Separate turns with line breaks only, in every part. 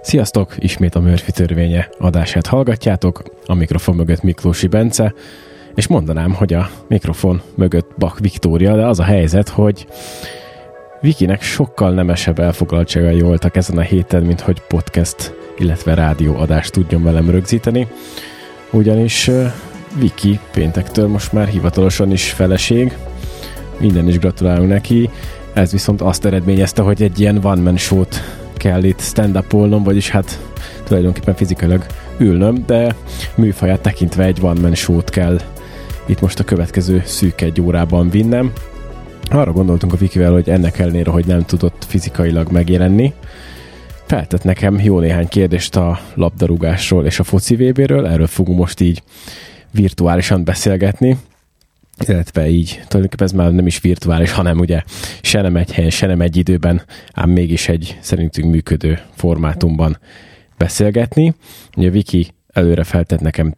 Sziasztok! Ismét a Murphy törvénye adását hallgatjátok, a mikrofon mögött Miklósi Bence, és mondanám, hogy a mikrofon mögött Bak Viktória, de az a helyzet, hogy Vikinek sokkal nemesebb elfoglaltságai voltak ezen a héten, mint hogy podcast, illetve rádióadást tudjon velem rögzíteni, ugyanis Viki péntektől most már hivatalosan is feleség, minden is gratulálunk neki, ez viszont azt eredményezte, hogy egy ilyen one-man show-t kell itt stand-upolnom, vagyis hát tulajdonképpen fizikailag ülnöm, de műfaját tekintve egy one-man show-t kell itt most a következő szűk egy órában vinnem. Arra gondoltunk a Vikivel, hogy ennek ellenére, hogy nem tudott fizikailag megjelenni, feltett nekem jó néhány kérdést a labdarúgásról és a foci VB-ről, erről fogunk most így virtuálisan beszélgetni, illetve így, tulajdonképpen ez már nem is virtuális, hanem ugye se nem egy helyen, se nem egy időben, ám mégis egy szerintünk működő formátumban beszélgetni. Ugye Viki előre feltett nekem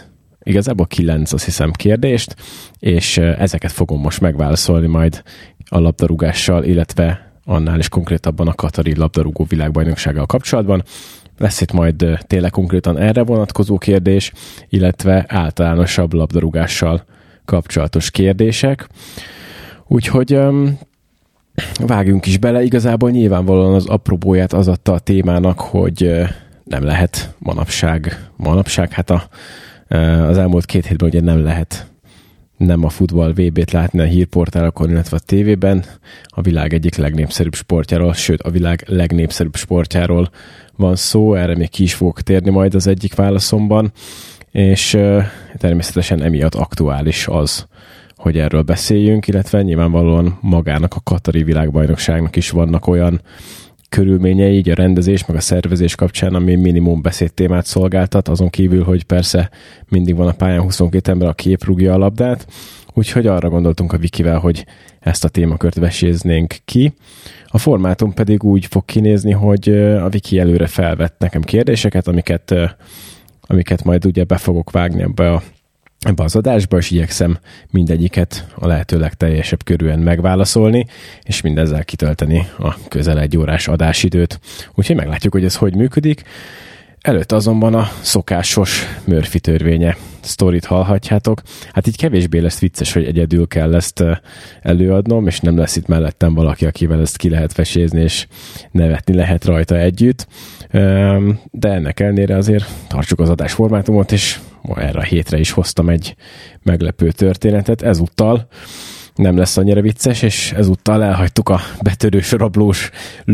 9 azt hiszem kérdést, és ezeket fogom most megválaszolni majd a labdarúgással, illetve annál is konkrétabban a katari labdarúgó világbajnoksággal kapcsolatban. Lesz itt majd tényleg konkrétan erre vonatkozó kérdés, illetve általánosabb labdarúgással kapcsolatos kérdések. Úgyhogy vágjunk is bele. Igazából nyilvánvalóan az apropóját az adta a témának, hogy nem lehet manapság hát az elmúlt 2 hétben ugye nem lehet nem a futball VB-t látni a hírportálokon, illetve a tévében. A világ egyik legnépszerűbb sportjáról, sőt a világ legnépszerűbb sportjáról van szó, erre még ki is fogok térni majd az egyik válaszomban, és természetesen emiatt aktuális az, hogy erről beszéljünk, illetve nyilvánvalóan magának a katari világbajnokságnak is vannak olyan körülményei, így a rendezés, meg a szervezés kapcsán, ami minimum beszédtémát szolgáltat, azon kívül, hogy persze mindig van a pályán 22 ember, aki épp rúgja a labdát, úgyhogy arra gondoltunk a Vikivel, hogy ezt a témakört veséznénk ki. A formátum pedig úgy fog kinézni, hogy a Viki előre felvett nekem kérdéseket, amiket majd ugye be fogok vágni ebbe az adásba, és igyekszem mindegyiket a lehető legteljesebb körűen megválaszolni, és mindezzel kitölteni a közel 1 órás adásidőt. Úgyhogy meglátjuk, hogy ez hogy működik. Előtt azonban a szokásos Murphy törvénye sztorit hallhatjátok. Hát így kevésbé lesz vicces, hogy egyedül kell ezt előadnom, és nem lesz itt mellettem valaki, akivel ezt ki lehet vesézni, és nevetni lehet rajta együtt. De ennek ellenére azért tartsuk az adásformátumot, és erre a hétre is hoztam egy meglepő történetet. Ezúttal nem lesz annyira vicces, és ezúttal elhagytuk a betörős, rablós,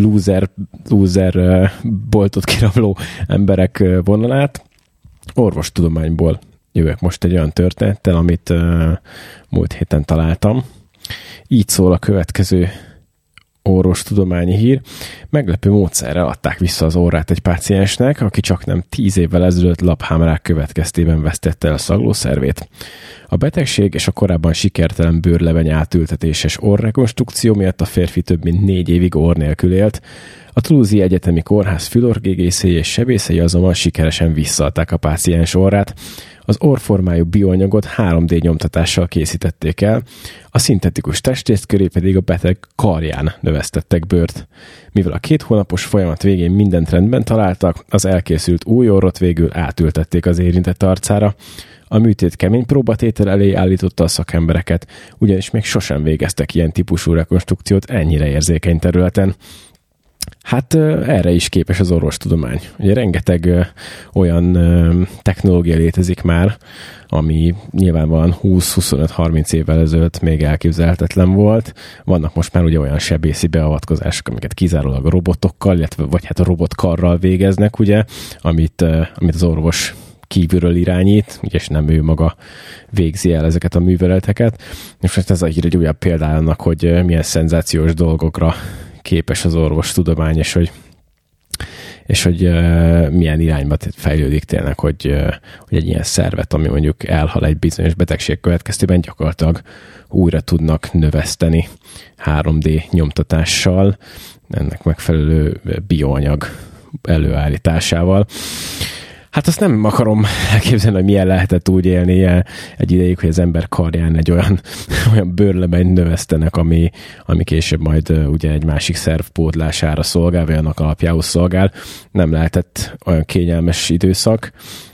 loser boltot kirabló emberek vonalát. Orvostudományból jövök most egy olyan történettel, amit múlt héten találtam. Így szól a következő orvostudományi hír. Meglepő módszerrel adták vissza az orrát egy páciensnek, aki csaknem 10 évvel ezelőtt laphámrák következtében vesztette el a szaglószervét. A betegség és a korábban sikertelen bőrleveny átültetéses orrrekonstrukció miatt a férfi több mint 4 évig orr nélkül élt. A Toulouse-i Egyetemi Kórház fülorgégészei és sebészei azonban sikeresen visszaadták a páciens orrát. Az orrformájú bioanyagot 3D nyomtatással készítették el, a szintetikus testrészt köré pedig a beteg karján növesztettek bőrt. Mivel a 2 hónapos folyamat végén mindent rendben találtak, az elkészült új orrot végül átültették az érintett arcára. A műtét kemény próbatétel elé állította a szakembereket, ugyanis még sosem végeztek ilyen típusú rekonstrukciót ennyire érzékeny területen. Hát erre is képes az orvostudomány. Ugye rengeteg olyan technológia létezik már, ami nyilvánvalóan 20-25-30 évvel ezelőtt még elképzelhetetlen volt. Vannak most már ugye olyan sebészi beavatkozások, amiket kizárólag a robotokkal, illetve vagy hát a robotkarral végeznek, ugye, amit az orvos kívülről irányít, ugye, és nem ő maga végzi el ezeket a műveleteket. És most ez a hír egy újabb példa annak, hogy milyen szenzációs dolgokra képes az orvostudomány, és hogy milyen irányba fejlődik tényleg, hogy egy ilyen szervet, ami mondjuk elhal egy bizonyos betegség következtében, gyakorlatilag újra tudnak növeszteni 3D nyomtatással, ennek megfelelő bioanyag előállításával. Hát azt nem akarom elképzelni, hogy milyen lehetett úgy élni egy ideig, hogy az ember karján egy olyan bőrlebenyt növesztenek, ami később majd ugye egy másik szerv pótlására szolgál, vagy annak alapjául szolgál. Nem lehetett olyan kényelmes időszak,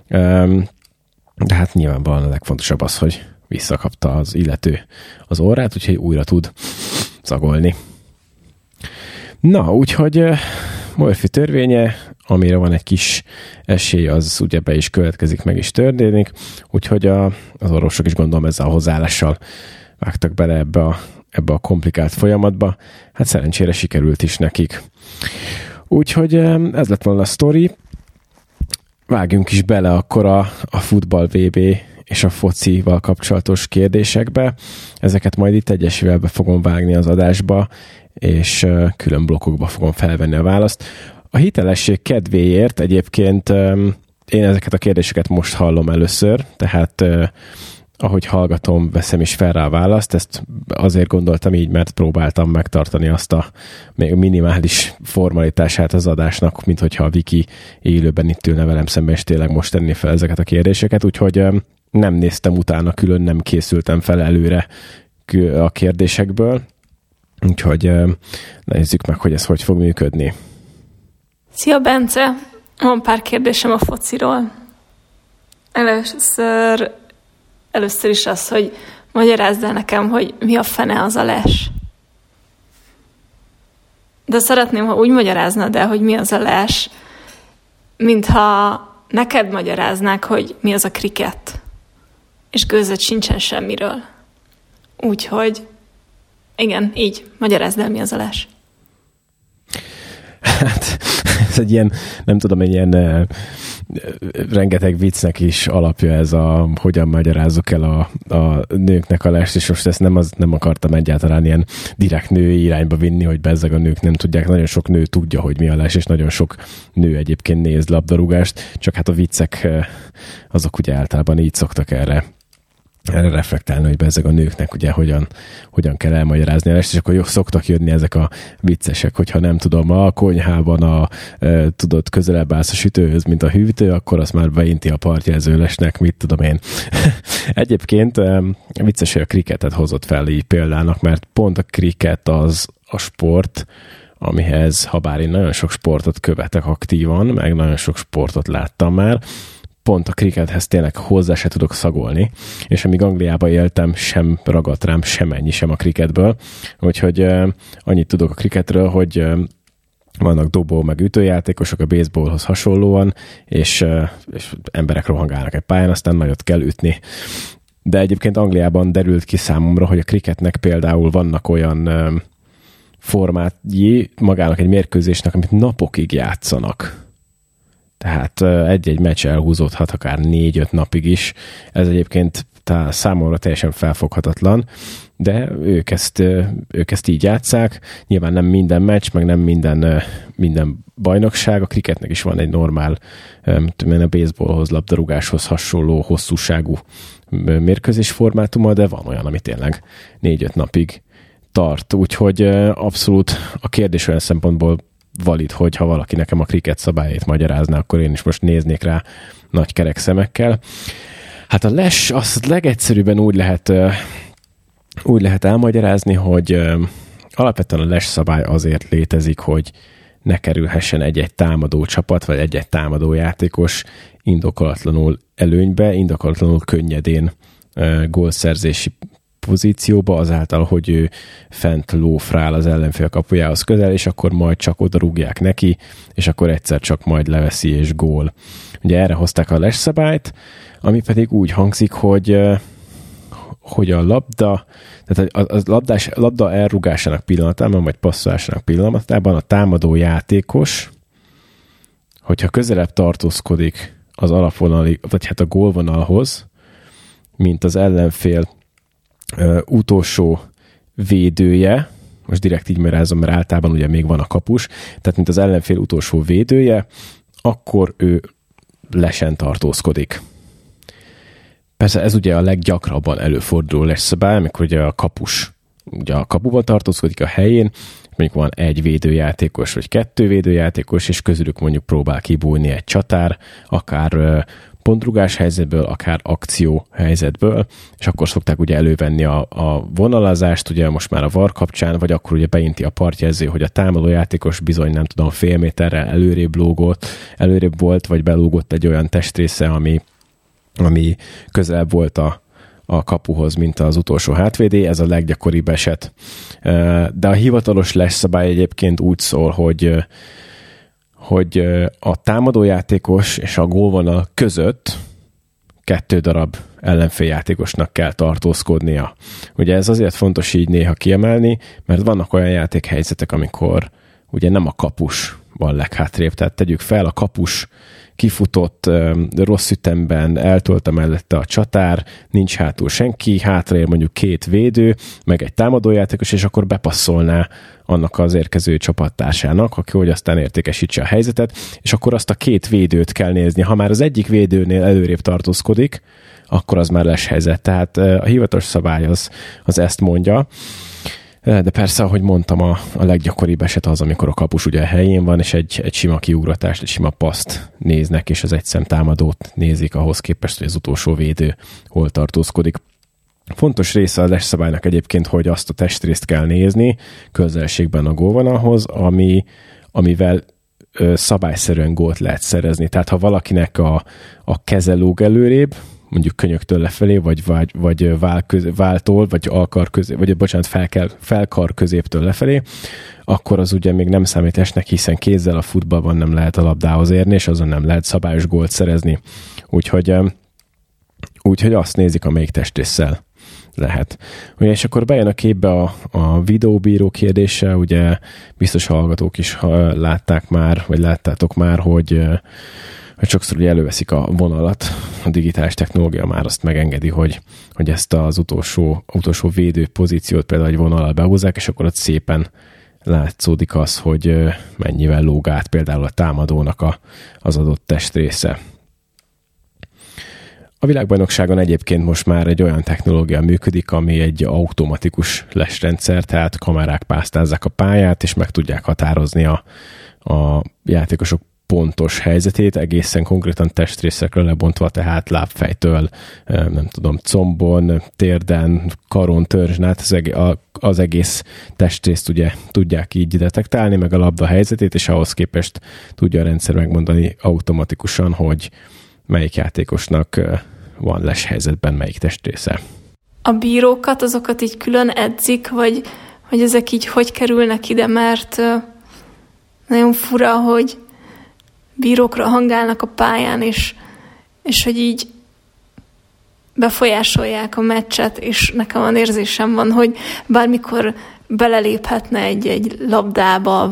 de hát nyilvánvalóan a legfontosabb az, hogy visszakapta az illető az orrát, úgyhogy újra tud szagolni. Na, úgyhogy Murphy törvénye, amire van egy kis esély, az ugye be is következik, meg is történik, úgyhogy az orvosok is gondolom ezzel a hozzáállással vágtak bele ebbe a komplikált folyamatba. Hát szerencsére sikerült is nekik. Úgyhogy ez lett volna a sztori. Vágjunk is bele akkor a futball VB és a focival kapcsolatos kérdésekbe. Ezeket majd itt egyesével be fogom vágni az adásba, és külön blokkokba fogom felvenni a választ. A hitelesség kedvéért egyébként én ezeket a kérdéseket most hallom először, tehát ahogy hallgatom, veszem is fel rá a választ. Ezt azért gondoltam így, mert próbáltam megtartani azt a még minimális formalitását az adásnak, mint hogyha a Viki élőben itt ülne velem szemben, és tényleg most tenni fel ezeket a kérdéseket, úgyhogy nem néztem utána külön, nem készültem fel előre a kérdésekből, úgyhogy nézzük meg, hogy ez hogy fog működni.
Szia, Bence! Van pár kérdésem a fociról. Először is az, hogy magyarázd el nekem, hogy mi a fene az a les. De szeretném, ha úgy magyaráznad el, hogy mi az a les, mintha neked magyaráznák, hogy mi az a kriket. És gőzöd sincsen semmiről. Úgyhogy, igen, így, magyarázd el, mi az a les.
Hát, ez egy ilyen, nem tudom, egy ilyen rengeteg viccnek is alapja ez hogyan magyarázzuk el a nőknek a lest, és most ezt nem akartam egyáltalán ilyen direkt női irányba vinni, hogy bezzeg a nők nem tudják. Nagyon sok nő tudja, hogy mi a les, és nagyon sok nő egyébként néz labdarúgást, csak hát a viccek azok ugye általában így szoktak erre reflektálni, hogy bezzeg a nőknek ugye hogyan kell elmagyarázni a lest, és akkor szoktak jönni ezek a viccesek, hogyha nem tudom, a konyhában tudod, közelebb állsz a sütőhöz, mint a hűtő, akkor azt már beinti a partjelzőlesnek, mit tudom én. Egyébként vicces, hogy a kriketet hozott fel így példának, mert pont a kriket az a sport, amihez, habár én nagyon sok sportot követek aktívan, meg nagyon sok sportot láttam már, pont a krikethez tényleg hozzá se tudok szagolni, és amíg Angliában éltem, sem ragadt rám semennyi sem a kriketből, úgyhogy annyit tudok a kriketről, hogy vannak dobó meg ütőjátékosok a baseballhoz hasonlóan, és emberek rohangálnak egy pályán, aztán nagyot kell ütni. De egyébként Angliában derült ki számomra, hogy a kriketnek például vannak olyan formátjai magának egy mérkőzésnek, amit napokig játszanak. Tehát egy-egy meccs elhúzódhat akár 4-5 napig is. Ez egyébként számomra teljesen felfoghatatlan, de ők ezt így játsszák. Nyilván nem minden meccs, meg nem minden bajnokság. A kriketnek is van egy normál, a baseballhoz, labdarúgáshoz hasonló hosszúságú mérkőzés formátuma, de van olyan, ami tényleg 4-5 napig tart. Úgyhogy abszolút a kérdés olyan szempontból valid, hogy ha valaki nekem a kriket szabályait magyarázná, akkor én is most néznék rá nagy kerek szemekkel. Hát a les, azt legegyszerűbben úgy lehet elmagyarázni, hogy alapvetően a les szabály azért létezik, hogy ne kerülhessen egy-egy támadó csapat, vagy egy-egy támadó játékos indokolatlanul előnybe, indokolatlanul könnyedén gólszerzési pozícióba, azáltal, hogy ő fent lófrál az ellenfél kapujához közel, és akkor majd csak oda rúgják neki, és akkor egyszer csak majd leveszi, és gól. Ugye erre hozták a les szabályt, ami pedig úgy hangzik, hogy a labda, tehát a labda elrúgásának pillanatában, vagy passzolásának pillanatában a támadó játékos, hogyha közelebb tartózkodik az alapvonalig, vagy hát a gólvonalhoz, mint az ellenfél utolsó védője, most direkt így magyarázom, mert általában ugye még van a kapus, tehát mint az ellenfél utolsó védője, akkor ő lesen tartózkodik. Persze ez ugye a leggyakrabban előforduló les szabály, amikor ugye a kapus ugye a kapuban tartózkodik a helyén, mondjuk van egy védőjátékos, vagy 2 védőjátékos, és közülük mondjuk próbál kibújni egy csatár, akár pontrugás helyzetből, akár akció helyzetből, és akkor szokták ugye elővenni a vonalazást, ugye most már a VAR kapcsán, vagy akkor ugye beinti a partjelző, hogy a támadójátékos bizony nem tudom fél méterrel előrébb volt, vagy belúgott egy olyan testrésze, ami közelebb volt a kapuhoz, mint az utolsó hátvédé, ez a leggyakoribb eset. De a hivatalos LES szabály egyébként úgy szól, hogy a támadójátékos és a gólvonal között 2 darab ellenféljátékosnak kell tartózkodnia. Ugye ez azért fontos így néha kiemelni, mert vannak olyan játékhelyzetek, amikor ugye nem a kapus van leghátrébb, tehát tegyük fel, a kapus kifutott rossz ütemben, eltolta mellette a csatár, nincs hátul senki, hátraér mondjuk 2 védő, meg egy támadójátékos, és akkor bepasszolná annak az érkező csapattársának, aki hogy aztán értékesítse a helyzetet, és akkor azt a 2 védőt kell nézni. Ha már az egyik védőnél előrébb tartózkodik, akkor az már lesz helyzet. Tehát a hivatalos szabály az ezt mondja. De persze, ahogy mondtam, a leggyakoribb eset az, amikor a kapus ugye a helyén van, és egy sima kiugratást, egy sima paszt néznek, és az egyszem támadót nézik ahhoz képest, hogy az utolsó védő hol tartózkodik. Fontos része a LES szabálynak egyébként, hogy azt a testrészt kell nézni közelségben a gólvonalhoz, amivel szabályszerűen gólt lehet szerezni. Tehát ha valakinek a keze lóg előrébb, mondjuk könyöktől lefelé, vagy váltól, vagy alkar közé, vagy bocsánat, felkar középtől lefelé, akkor az ugye még nem számít esnek, hiszen kézzel a futballban nem lehet a labdához érni, és azon nem lehet szabályos gólt szerezni. Úgyhogy azt nézik, amelyik testrésszel lehet. Ugye, és akkor bejön a képbe a videóbíró kérdése, ugye biztos hallgatók is látták már, vagy láttátok már, hogy sokszor ugye előveszik a vonalat, a digitális technológia már azt megengedi, hogy ezt az utolsó védő pozíciót például egy vonallal behúzzák, és akkor ott szépen látszódik az, hogy mennyivel lóg át például a támadónak az adott testrésze. A világbajnokságon egyébként most már egy olyan technológia működik, ami egy automatikus lesrendszer, tehát kamerák pásztázzák a pályát, és meg tudják határozni a játékosok pontos helyzetét, egészen konkrétan testrészekre lebontva, tehát lábfejtől, nem tudom, combon, térden, karon, törzsn át, az egész testrészt ugye tudják így detektálni, meg a labda helyzetét, és ahhoz képest tudja a rendszer megmondani automatikusan, hogy melyik játékosnak van les helyzetben melyik testrésze.
A bírókat, azokat így külön edzik, vagy ezek így hogy kerülnek ide, mert nagyon fura, hogy bírókra hangálnak a pályán, és hogy így befolyásolják a meccset, és nekem olyan érzésem van, hogy bármikor beleléphetne egy labdába,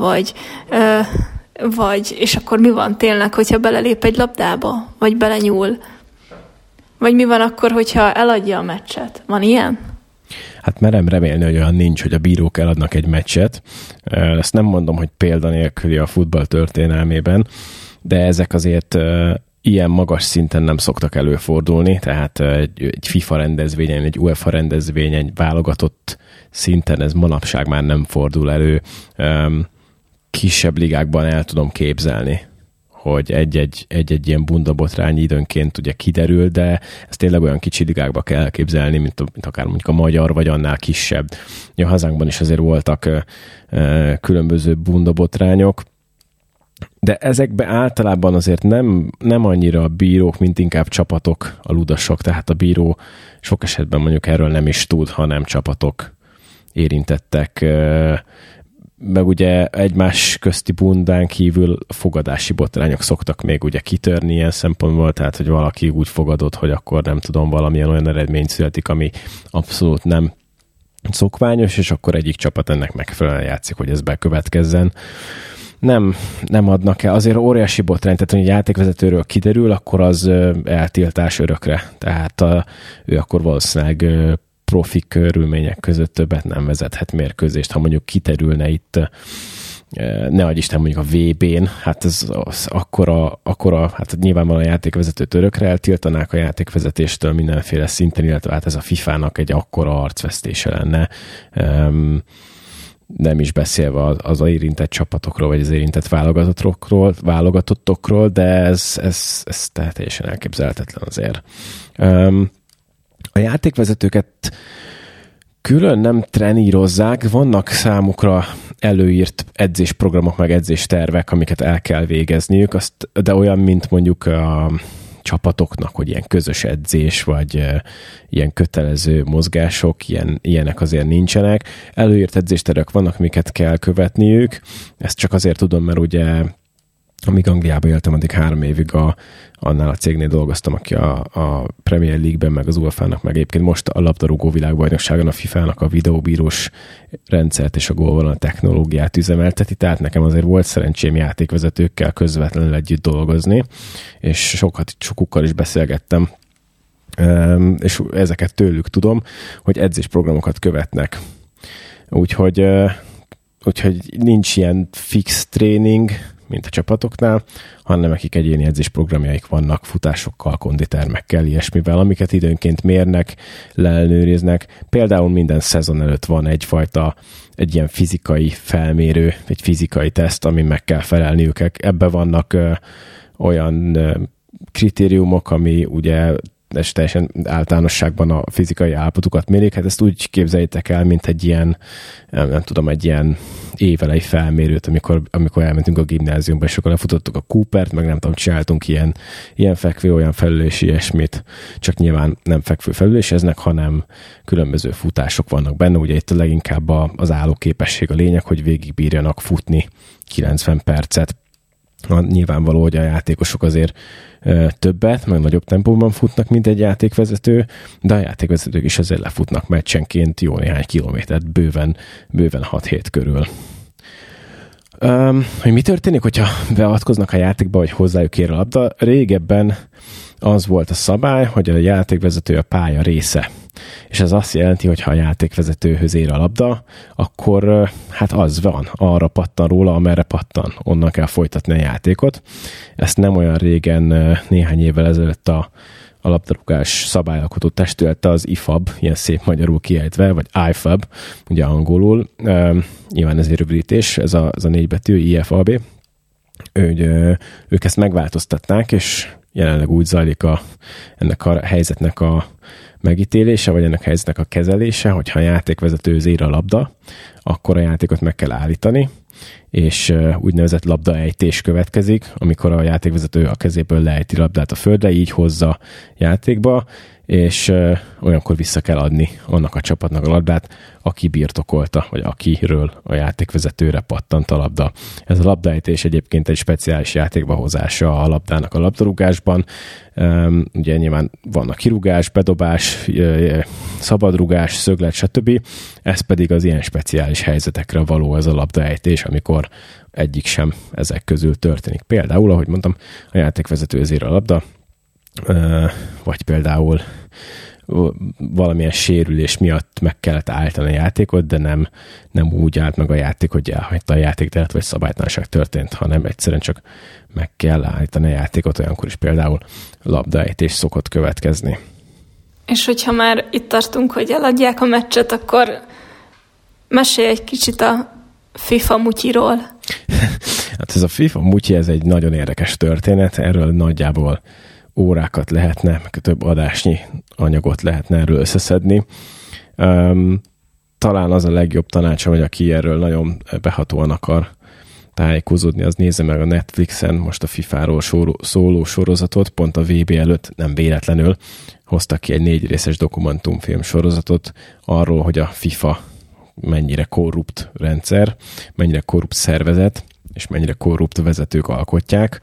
vagy és akkor mi van tényleg, hogyha belelép egy labdába, vagy belenyúl? Vagy mi van akkor, hogyha eladja a meccset? Van ilyen?
Hát merem remélni, hogy olyan nincs, hogy a bírók eladnak egy meccset. Ezt nem mondom, hogy példanélküli a futball történelmében, de ezek azért ilyen magas szinten nem szoktak előfordulni, tehát egy FIFA rendezvényen, egy UEFA rendezvényen, egy válogatott szinten ez manapság már nem fordul elő. Kisebb ligákban el tudom képzelni, hogy egy ilyen bundabotrány időnként ugye kiderül, de ezt tényleg olyan kicsi ligákba kell elképzelni, mint akár mondjuk a magyar, vagy annál kisebb. A hazánkban is azért voltak különböző bundabotrányok, de ezekben általában azért nem annyira a bírók, mint inkább csapatok a ludasok, tehát a bíró sok esetben mondjuk erről nem is tud, hanem csapatok érintettek, meg ugye egymás közti bundán kívül fogadási botrányok szoktak még ugye kitörni ilyen szempontból, tehát hogy valaki úgy fogadott, hogy akkor nem tudom, valamilyen olyan eredmény születik, ami abszolút nem szokványos, és akkor egyik csapat ennek megfelelően játszik, hogy ez bekövetkezzen. Nem adnak el. Azért óriási botrány, tehát hogy a játékvezetőről kiderül, akkor az eltiltás örökre. Tehát ő akkor valószínűleg profi körülmények között többet nem vezethet mérkőzést. Ha mondjuk kiterülne itt, ne adj Isten mondjuk a VB-n, hát ez akkora, hát nyilvánvalóan a játékvezetőt örökre eltiltanák a játékvezetéstől mindenféle szinten, illetve hát ez a FIFA-nak egy akkora arcvesztése lenne. nem is beszélve az érintett csapatokról, vagy az érintett válogatottokról, de ez teljesen elképzelhetetlen azért. A játékvezetőket külön nem trenírozzák, vannak számukra előírt edzésprogramok, meg edzéstervek, amiket el kell végezniük, de olyan, mint mondjuk a csapatoknak, hogy ilyen közös edzés, vagy ilyen kötelező mozgások, ilyenek azért nincsenek. Előírt edzéstervek vannak, amiket kell követniük. Ezt csak azért tudom, mert ugye amíg Angliában éltem, addig 3 évig annál a cégnél dolgoztam, aki a Premier League-ben, meg az UEFA-nak, meg egyébként most a labdarúgó világbajnokságon a FIFA-nak a videóbírós rendszert és a gólvonal technológiát üzemelteti, tehát nekem azért volt szerencsém játékvezetőkkel közvetlenül együtt dolgozni, és sokukkal is beszélgettem, és ezeket tőlük tudom, hogy edzésprogramokat követnek. Úgyhogy nincs ilyen fix tréning, mint a csapatoknál, hanem akik egyéni edzésprogramjaik vannak futásokkal, konditermekkel, ilyesmivel, amiket időnként mérnek, leellenőriznek. Például minden szezon előtt van egy ilyen fizikai felmérő, egy fizikai teszt, amin meg kell felelniük. Ebben vannak olyan kritériumok, ami ugye és teljesen általánosságban a fizikai állapotukat mérik. Hát ezt úgy képzeljétek el, mint egy ilyen, nem tudom, egy ilyen évelei felmérőt, amikor elmentünk a gimnáziumba, és akkor lefutottuk a Coopert, meg nem tudom, csináltunk ilyen fekvő, olyan felülés, ilyesmit. Csak nyilván nem fekvő felüléseznek, hanem különböző futások vannak benne. Ugye itt a leginkább az állóképesség a lényeg, hogy végigbírjanak futni 90 percet. Nyilvánvaló, hogy a játékosok azért többet, meg nagyobb tempóban futnak, mint egy játékvezető, de a játékvezetők is azért lefutnak meccsenként jó néhány kilométert, bőven 6-7 körül. Hogy mi történik, hogyha beavatkoznak a játékba, vagy hozzájuk ér a labda? Régebben az volt a szabály, hogy a játékvezető a pálya része. És ez azt jelenti, hogy ha a játékvezetőhöz ér a labda, akkor hát az van, arra pattan róla, amerre pattan, onnan kell folytatni a játékot. Ezt nem olyan régen, néhány évvel ezelőtt a labdarúgás szabályalkotó testülete, az IFAB, ilyen szép magyarul kiejtve, vagy IFAB, ugye angolul, nyilván ez egy rövidítés, ez a 4 betű, IFAB, ők ezt megváltoztatnák, és jelenleg úgy zajlik ennek a helyzetnek a megítélése, vagy ennek a helyzetnek a kezelése, hogyha a játékvezetőhöz ér a labda, akkor a játékot meg kell állítani, és úgynevezett labdaejtés következik, amikor a játékvezető a kezéből leejti labdát a földre, így hozza játékba, és olyankor vissza kell adni annak a csapatnak a labdát, aki birtokolta, vagy akiről a játékvezetőre pattant a labda. Ez a labdaejtés egyébként egy speciális játékba hozása a labdának a labdarúgásban. Ugye nyilván vannak kirúgás, bedobás, szabadrugás, szöglet, stb. Ez pedig az ilyen speciális helyzetekre való ez a labdaejtés, amikor egyik sem ezek közül történik. Például, ahogy mondtam, a játékvezetőhöz ér a labda, vagy például valamilyen sérülés miatt meg kellett állítani a játékot, de nem úgy állt meg a játék, hogy elhagyta a játékteret, vagy szabálytalanság történt, hanem egyszerűen csak meg kell állítani a játékot, olyankor is például labdaejtés szokott következni.
És hogyha már itt tartunk, hogy eladják a meccset, akkor mesélj egy kicsit a FIFA mutyiról.
Hát ez a FIFA mutyi, ez egy nagyon érdekes történet, erről nagyjából órákat lehetne, meg több adásnyi anyagot lehetne erről összeszedni. Talán az a legjobb tanácsom, hogy aki erről nagyon behatóan akar tájékozódni, az nézze meg a Netflixen most a FIFA-ról szóló sorozatot, pont a VB előtt, nem véletlenül hoztak ki egy 4 részes dokumentumfilm sorozatot arról, hogy a FIFA mennyire korrupt rendszer, mennyire korrupt szervezet, és mennyire korrupt vezetők alkotják.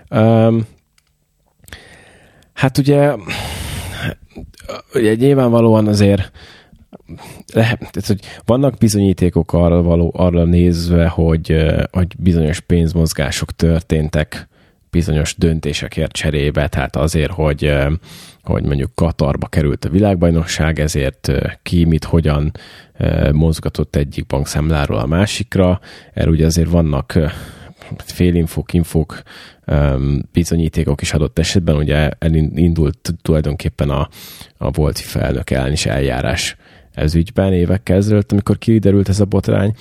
Hát ugye nyilvánvalóan azért hogy vannak bizonyítékok arra nézve, hogy bizonyos pénzmozgások történtek bizonyos döntésekért cserébe, tehát azért, hogy mondjuk Katarba került a világbajnokság, ezért ki mit hogyan mozgatott egyik bankszámláról a másikra. Erről ugye azért vannak félinfók, bizonyítékok is adott esetben, ugye elindult tulajdonképpen a volt FIFA elnök ellen is eljárás ez ügyben évekkel ezelőtt, amikor kiderült ez a botrány,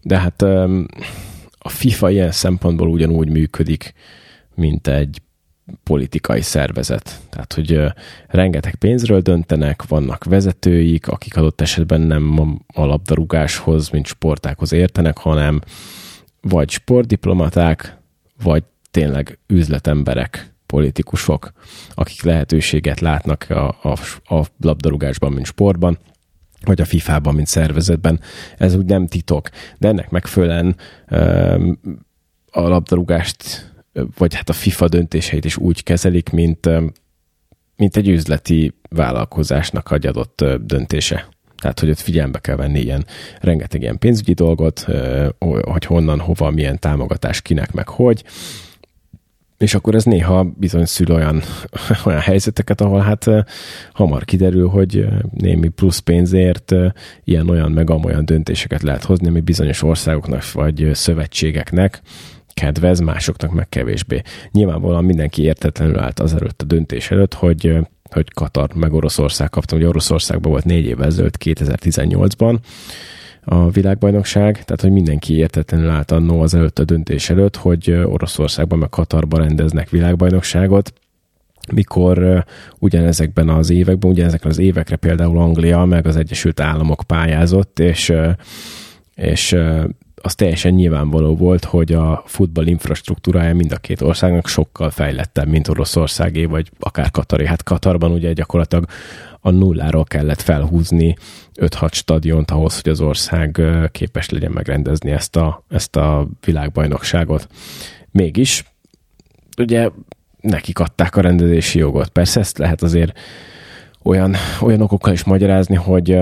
De hát a FIFA ilyen szempontból ugyanúgy működik, mint egy politikai szervezet. Tehát, hogy rengeteg pénzről döntenek, vannak vezetőik, akik adott esetben nem a labdarúgáshoz, mint sportákhoz értenek, hanem vagy sportdiplomaták, vagy tényleg üzletemberek, politikusok, akik lehetőséget látnak a labdarúgásban, mint sportban, vagy a FIFA-ban, mint szervezetben. Ez úgy nem titok. De ennek megfelelően a labdarúgást, vagy hát a FIFA döntéseit is úgy kezelik, mint egy üzleti vállalkozásnak egy adott döntése. Tehát, hogy ott figyelembe kell venni rengeteg ilyen pénzügyi dolgot, hogy honnan, hova, milyen támogatás, kinek, meg hogy. És akkor ez néha bizony szül olyan helyzeteket, ahol hát hamar kiderül, hogy némi plusz pénzért ilyen-olyan meg amolyan döntéseket lehet hozni, ami bizonyos országoknak vagy szövetségeknek kedvez, másoknak meg kevésbé. Nyilvánvalóan mindenki értetlenül állt azelőtt a döntés előtt, hogy Katar meg Oroszország kapta, hogy Oroszországban volt 4 évvel ezelőtt, 2018-ban a világbajnokság, tehát hogy mindenki értetlenül állt annó az előtt a döntés előtt, hogy Oroszországban meg Katarban rendeznek világbajnokságot, mikor ugyanezekben az években, ugyanezekre az évekre például Anglia meg az Egyesült Államok pályázott, és az teljesen nyilvánvaló volt, hogy a futball infrastruktúrája mind a két országnak sokkal fejlettebb, mint Oroszországé, vagy akár Katari. Hát Katarban ugye gyakorlatilag a nulláról kellett felhúzni 5-6 stadiont ahhoz, hogy az ország képes legyen megrendezni ezt a világbajnokságot. Mégis, ugye nekik adták a rendezési jogot. Persze ezt lehet azért olyan okokkal is magyarázni, hogy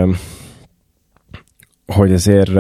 azért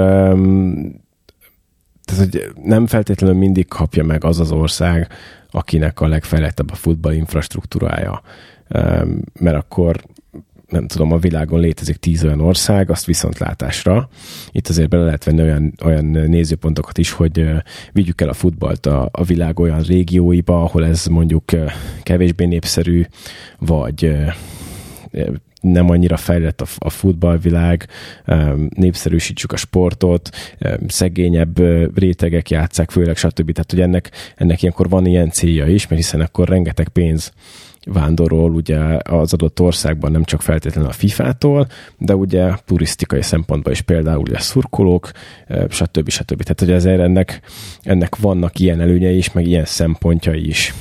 tehát, hogy nem feltétlenül mindig kapja meg az ország, akinek a legfejlettebb a futball infrastruktúrája. Mert akkor nem tudom, a világon létezik 10 olyan ország, azt viszontlátásra. Itt azért bele lehet venni olyan nézőpontokat is, hogy vigyük el a futballt a világ olyan régióiba, ahol ez mondjuk kevésbé népszerű, vagy nem annyira fejlett a futballvilág, népszerűsítsük a sportot, szegényebb rétegek játsszák, főleg stb. Tehát, hogy ennek ilyenkor van ilyen célja is, mert hiszen akkor rengeteg pénz vándorol ugye az adott országban, nem csak feltétlenül a FIFA-tól, de ugye turisztikai szempontból is például ugye szurkolók, stb. Tehát, hogy ezért ennek vannak ilyen előnyei is, meg ilyen szempontjai is.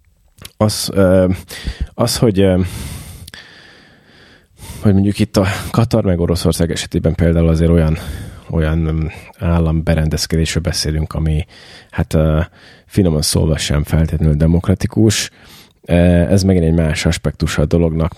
Hogy mondjuk itt a Katar meg Oroszország esetében például azért olyan államberendezkedésről beszélünk, ami hát finoman szólva sem feltétlenül demokratikus. Ez megint egy más aspektusa a dolognak,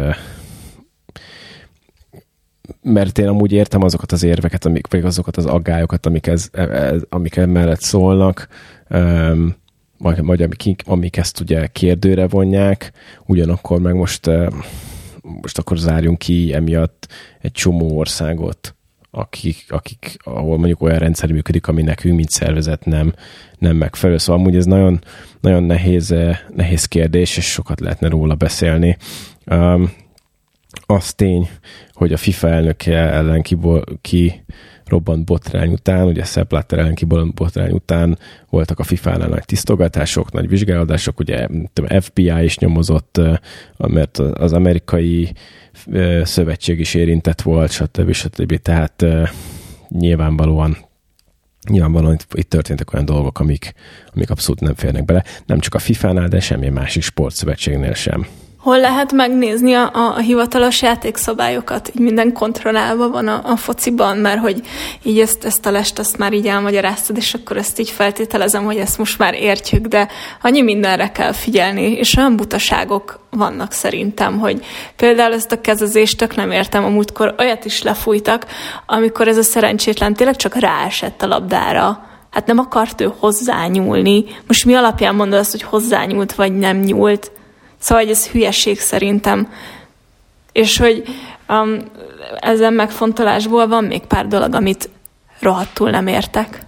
mert én amúgy értem azokat az érveket, vagy azokat az aggályokat, amik emellett szólnak, vagy amik ezt ugye kérdőre vonják, ugyanakkor meg most akkor zárjunk ki emiatt egy csomó országot, ahol mondjuk olyan rendszer működik, ami nekünk, mint szervezet nem megfelelő. Szóval amúgy ez nagyon, nagyon nehéz kérdés, és sokat lehetne róla beszélni. Az tény, hogy a FIFA elnöke ellen kirobbant botrány után, ugye Sepp Blatter ellen kirobbant botrány után voltak a FIFA-nál nagy tisztogatások, nagy vizsgálatások, ugye FBI is nyomozott, mert az amerikai szövetség is érintett volt, stb. Tehát nyilvánvalóan itt történtek olyan dolgok, amik abszolút nem férnek bele, nem csak a FIFA-nál, de semmilyen másik sportszövetségnél sem.
Hol lehet megnézni a hivatalos játékszabályokat? Így minden kontrollálva van a fociban, mert hogy így ezt a lest azt már így elmagyaráztad, és akkor ezt így feltételezem, hogy ezt most már értjük, de annyi mindenre kell figyelni, és olyan butaságok vannak szerintem, hogy például ezt a kezezést tök nem értem, a múltkor olyat is lefújtak, amikor ez a szerencsétlen tényleg csak ráesett a labdára. Hát nem akart ő hozzányúlni. Most mi alapján mondod azt, hogy hozzányúlt, vagy nem nyúlt? Szóval, hogy ez hülyeség szerintem. És hogy ezen megfontolásból van még pár dolog, amit rohadtul nem értek.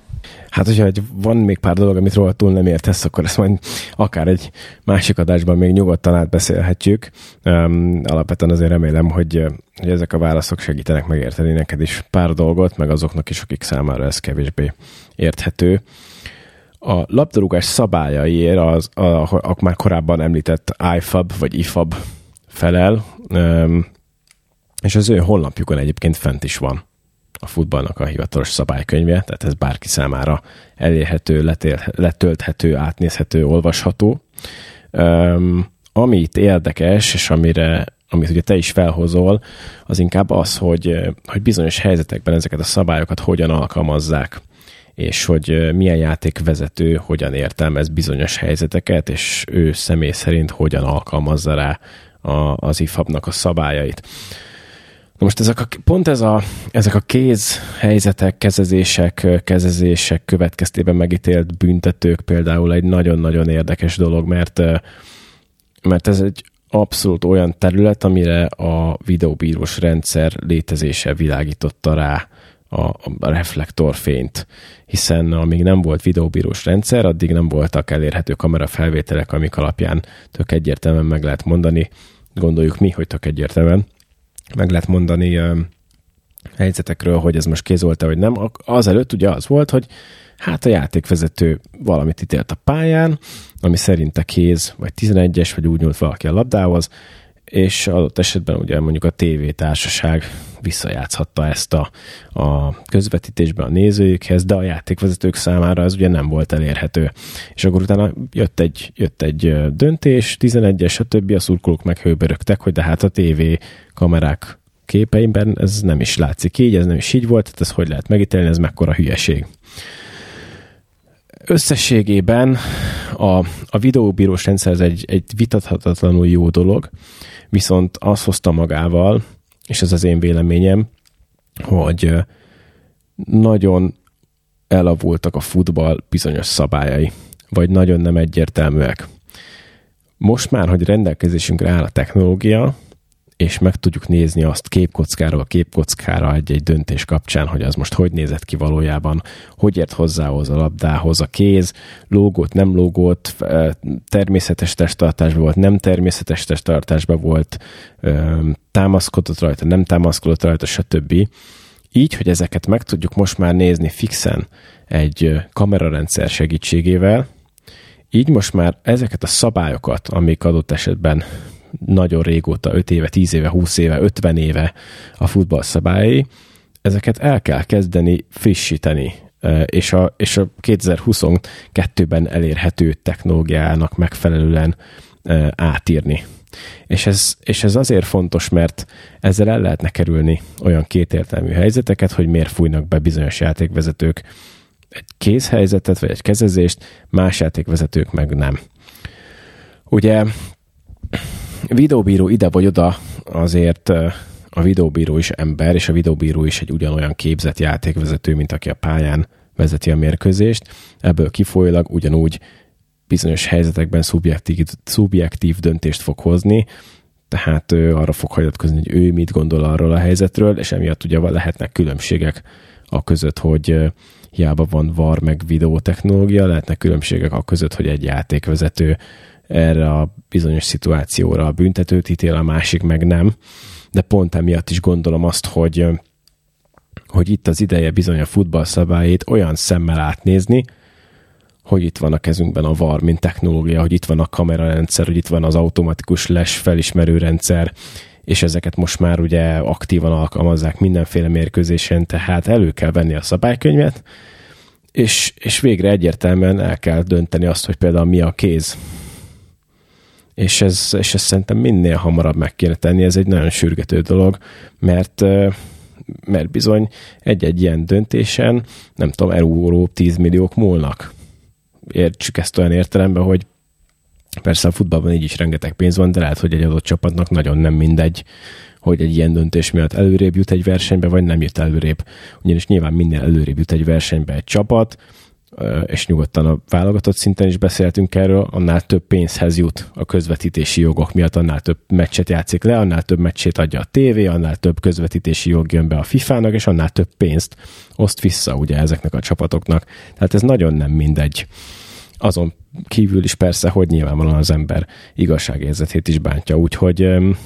Hát, hogyha van még pár dolog, amit róla túl nem értesz, akkor ezt majd akár egy másik adásban még nyugodtan átbeszélhetjük. Alapvetően azért remélem, hogy ezek a válaszok segítenek megérteni neked is pár dolgot, meg azoknak is, akik számára ez kevésbé érthető. A labdarúgás szabályaiért a már korábban említett IFAB vagy IFAB felel, és az ő honlapjukon egyébként fent is van a futballnak a hivatalos szabálykönyve, tehát ez bárki számára elérhető, letölthető, átnézhető, olvasható. Ami itt érdekes, és amit ugye te is felhozol, az inkább az, hogy bizonyos helyzetekben ezeket a szabályokat hogyan alkalmazzák, és hogy milyen játékvezető hogyan értelmez bizonyos helyzeteket, és ő személy szerint hogyan alkalmazza rá az IFAB-nak a szabályait. Na most ezek a kézhelyzetek, kezezések következtében megítélt büntetők például egy nagyon-nagyon érdekes dolog, mert ez egy abszolút olyan terület, amire a videóbírós rendszer létezése világította rá a reflektorfényt, hiszen amíg nem volt videóbírós rendszer, addig nem voltak elérhető kamerafelvételek, amik alapján tök egyértelműen meg lehet mondani, gondoljuk mi, hogy tök egyértelműen meg lehet mondani helyzetekről, hogy ez most kéz volt-e, vagy nem. Azelőtt ugye az volt, hogy hát a játékvezető valamit ítélt a pályán, ami szerinte kéz, vagy 11-es, vagy úgy nyúlt valaki a labdához, és adott esetben ugye mondjuk a tévétársaság visszajátszhatta ezt a közvetítésben a nézőikhez, de a játékvezetők számára ez ugye nem volt elérhető. És akkor utána jött egy döntés, 11-es, a többi, a szurkolók meg hőbörögtek, hogy de hát a tévé kamerák képeimben ez nem is látszik így, ez nem is így volt, tehát ez hogy lehet megítélni, ez mekkora hülyeség. Összességében a videóbírós rendszer ez egy vitathatatlanul jó dolog, viszont azt hozta magával, és ez az én véleményem, hogy nagyon elavultak a futball bizonyos szabályai, vagy nagyon nem egyértelműek. Most már, hogy rendelkezésünkre áll a technológia, és meg tudjuk nézni azt képkockáról képkockára egy döntés kapcsán, hogy az most hogy nézett ki valójában, hogy ért hozzához a labdához a kéz, lógót, nem lógót, természetes testtartásban volt, nem természetes testtartásban volt, támaszkodott rajta, nem támaszkodott rajta, stb. Így, hogy ezeket meg tudjuk most már nézni fixen egy kamerarendszer segítségével, így most már ezeket a szabályokat, amik adott esetben nagyon régóta, 5 éve, 10 éve, 20 éve, 50 éve a futball szabályai, ezeket el kell kezdeni frissíteni, és a 2022-ben elérhető technológiának megfelelően átírni. És ez azért fontos, mert ezzel el lehetne kerülni olyan kétértelmű helyzeteket, hogy miért fújnak be bizonyos játékvezetők egy kézhelyzetet, vagy egy kezezést, más játékvezetők meg nem. Ugye videóbíró ide vagy oda, azért a videóbíró is ember, és a videóbíró is egy ugyanolyan képzett játékvezető, mint aki a pályán vezeti a mérkőzést. Ebből kifolyólag ugyanúgy bizonyos helyzetekben szubjektív döntést fog hozni, tehát arra fog hagyatkozni, hogy ő mit gondol arról a helyzetről, és emiatt ugye lehetnek különbségek a között, hogy hiába van VAR meg videótechnológia, lehetnek különbségek a között, hogy egy játékvezető erre a bizonyos szituációra a büntetőt ítél, a másik meg nem. De pont emiatt is gondolom azt, hogy itt az ideje bizony a futballszabályait olyan szemmel átnézni, hogy itt van a kezünkben a VAR, mint technológia, hogy itt van a kamerarendszer, hogy itt van az automatikus les felismerő rendszer, és ezeket most már ugye aktívan alkalmazzák mindenféle mérkőzésen, tehát elő kell venni a szabálykönyvet, és végre egyértelműen el kell dönteni azt, hogy például mi a kéz. És ez szerintem minél hamarabb meg kéne tenni, ez egy nagyon sürgető dolog, mert bizony egy ilyen döntésen, nem tudom, euró 10 milliók múlnak. Értsük ezt olyan értelemben, hogy persze a futballban így is rengeteg pénz van, de lehet, hogy egy adott csapatnak nagyon nem mindegy, hogy egy ilyen döntés miatt előrébb jut egy versenybe, vagy nem jut előrébb. Ugyanis nyilván minél előrébb jut egy versenybe egy csapat, és nyugodtan a válogatott szinten is beszéltünk erről, annál több pénzhez jut a közvetítési jogok miatt, annál több meccset játszik le, annál több meccsét adja a tévé, annál több közvetítési jog jön be a FIFA-nak, és annál több pénzt oszt vissza ugye ezeknek a csapatoknak. Tehát ez nagyon nem mindegy. Azon kívül is persze, hogy nyilvánvalóan az ember igazságérzetét is bántja, úgyhogy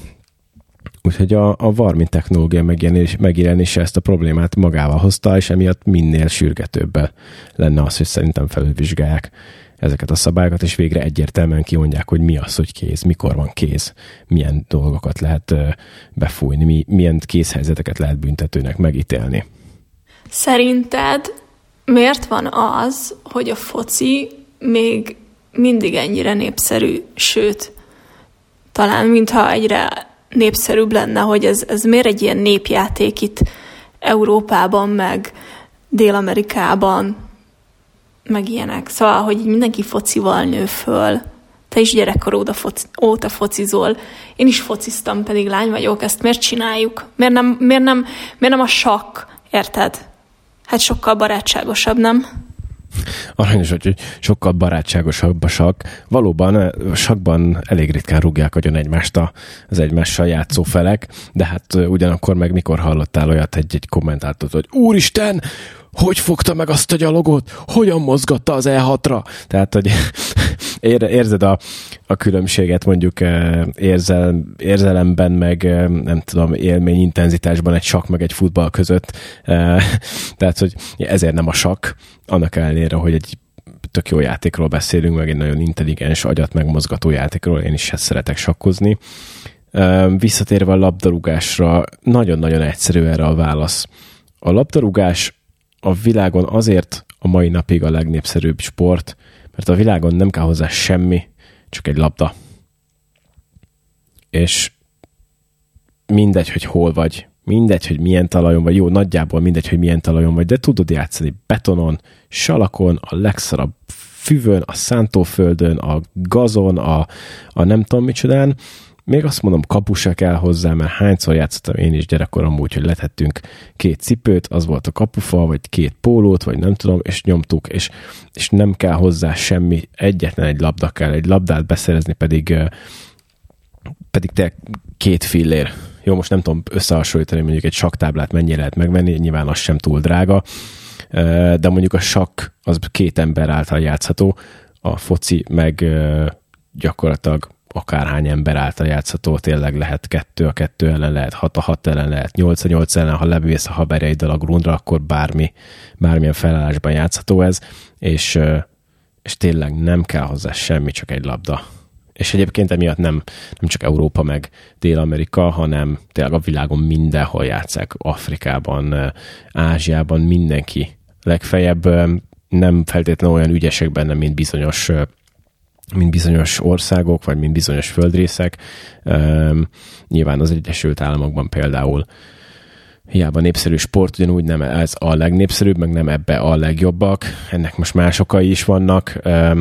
a Varmin technológia megjelenése ezt a problémát magával hozta, és emiatt minél sürgetőbb lenne az, hogy szerintem felülvizsgálják ezeket a szabályokat, és végre egyértelműen kimondják, hogy mi az, hogy kéz, mikor van kéz, milyen dolgokat lehet befújni, milyen kézhelyzeteket lehet büntetőnek megítélni.
Szerinted miért van az, hogy a foci még mindig ennyire népszerű, sőt, talán mintha egyre népszerűbb lenne, hogy ez miért egy ilyen népjáték itt Európában, meg Dél-Amerikában, meg ilyenek. Szóval, hogy mindenki focival nő föl. Te is gyerekkor óta focizol. Én is fociztam, pedig lány vagyok. Ezt miért csináljuk? Miért nem a sakk, érted? Hát sokkal barátságosabb, nem?
Aranyos, hogy sokkal barátságosabb a sakk. Valóban a sakkban elég ritkán rúgják agyon egymást az egymással játszó felek, de hát ugyanakkor meg mikor hallottál olyat egy kommentátort, hogy úristen, hogy fogta meg azt a gyalogot? Hogyan mozgatta az E6-ra? Tehát, hogy érzed a különbséget mondjuk érzelemben, meg nem tudom, élményintenzitásban egy sakk meg egy futball között. Tehát, hogy ezért nem a sakk, annak ellenére, hogy egy tök jó játékról beszélünk, meg egy nagyon intelligens, agyat megmozgató játékról, én is szeretek sakkozni. Visszatérve a labdarúgásra, nagyon-nagyon egyszerű erre a válasz. A labdarúgás a világon azért a mai napig a legnépszerűbb sport, mert a világon nem kell hozzá semmi, csak egy labda. És mindegy, hogy hol vagy, mindegy, hogy milyen talajon vagy, jó, nagyjából mindegy, hogy milyen talajon vagy, de tudod játszani betonon, salakon, a legszarabb füvön, a szántóföldön, a gazon, a nem tudom micsodán. Még azt mondom, kapu se kell hozzá, mert hányszor játszottam én is gyerekkorom úgy, hogy letettünk 2 cipőt, az volt a kapufal, vagy 2 pólót, vagy nem tudom, és nyomtuk, és nem kell hozzá semmi, egyetlen egy labda kell, egy labdát beszerezni pedig te 2 fillér. Jó, most nem tudom összehasonlítani, mondjuk egy sakktáblát mennyire lehet megvenni, nyilván az sem túl drága, de mondjuk a sakk az 2 ember által játszható, a foci meg gyakorlatilag akárhány ember által játszható, tényleg lehet 2 a 2 ellen, lehet 6 a 6 ellen, lehet 8 a 8 ellen, ha levész a haverjaiddal a grundra, akkor bármilyen felállásban játszható ez, és tényleg nem kell hozzá semmi, csak egy labda. És egyébként emiatt nem csak Európa meg Dél-Amerika, hanem tényleg a világon mindenhol játsszák, Afrikában, Ázsiában, mindenki. Legfeljebb nem feltétlenül olyan ügyesek benne, mint bizonyos országok, vagy mint bizonyos földrészek. Nyilván az Egyesült Államokban például hiába népszerű sport, ugyanúgy nem ez a legnépszerűbb, meg nem ebbe a legjobbak. Ennek most más okai is vannak,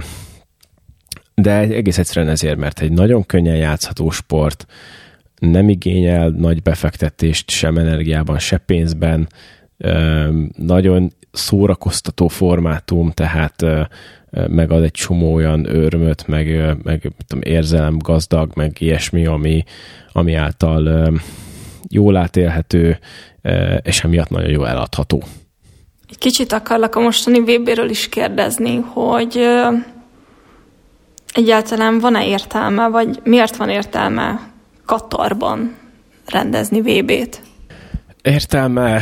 de egész egyszerűen ezért, mert egy nagyon könnyen játszható sport, nem igényel nagy befektetést sem energiában, se pénzben, nagyon szórakoztató formátum, tehát megad egy csomó olyan örömöt, meg tudom, érzelem gazdag, meg ilyesmi, ami által jól átélhető, és emiatt nagyon jól eladható.
Egy kicsit akarlak a mostani VB-ről is kérdezni, hogy egyáltalán van-e értelme, vagy miért van értelme Katarban rendezni VB-t?
Értelme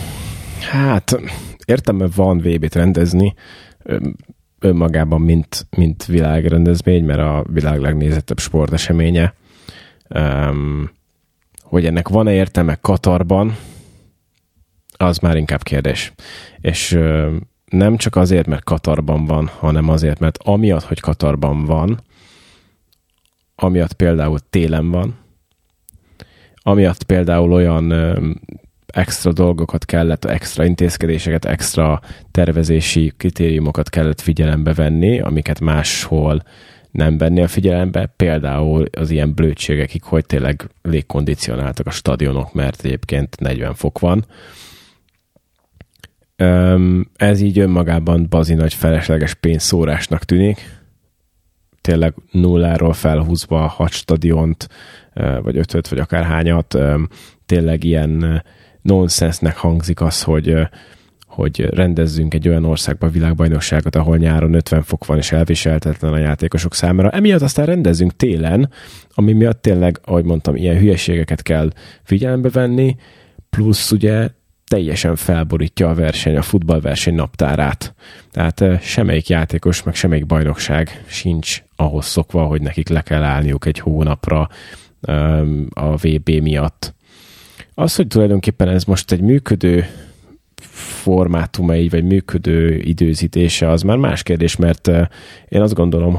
van VB-t rendezni, önmagában, mint világrendezvény, mert a világ legnézettebb sporteseménye. Hogy ennek van-e értelme Katarban, az már inkább kérdés. És nem csak azért, mert Katarban van, hanem azért, mert amiatt, hogy Katarban van, amiatt például télen van, amiatt például olyan extra dolgokat kellett, extra intézkedéseket, extra tervezési kritériumokat kellett figyelembe venni, amiket máshol nem venni a figyelembe, például az ilyen blödségekig, hogy tényleg légkondicionáltak a stadionok, mert egyébként 40 fok van. Ez így önmagában bazi nagy felesleges pénzszórásnak tűnik. Tényleg nulláról felhúzva 6 stadiont, vagy 5-öt, vagy akár hányat, tényleg ilyen nonsensnek hangzik az, hogy rendezzünk egy olyan országban világbajnokságot, ahol nyáron 50 fok van, és elviselhetetlen a játékosok számára. Emiatt aztán rendezzünk télen, ami miatt tényleg, ahogy mondtam, ilyen hülyeségeket kell figyelembe venni, plusz ugye teljesen felborítja a verseny, a futballverseny naptárát. Tehát semmelyik játékos, meg semmelyik bajnokság sincs ahhoz szokva, hogy nekik le kell állniuk egy hónapra a VB miatt. Az, hogy tulajdonképpen ez most egy működő formátuma így, vagy működő időzítése, az már más kérdés, mert én azt gondolom,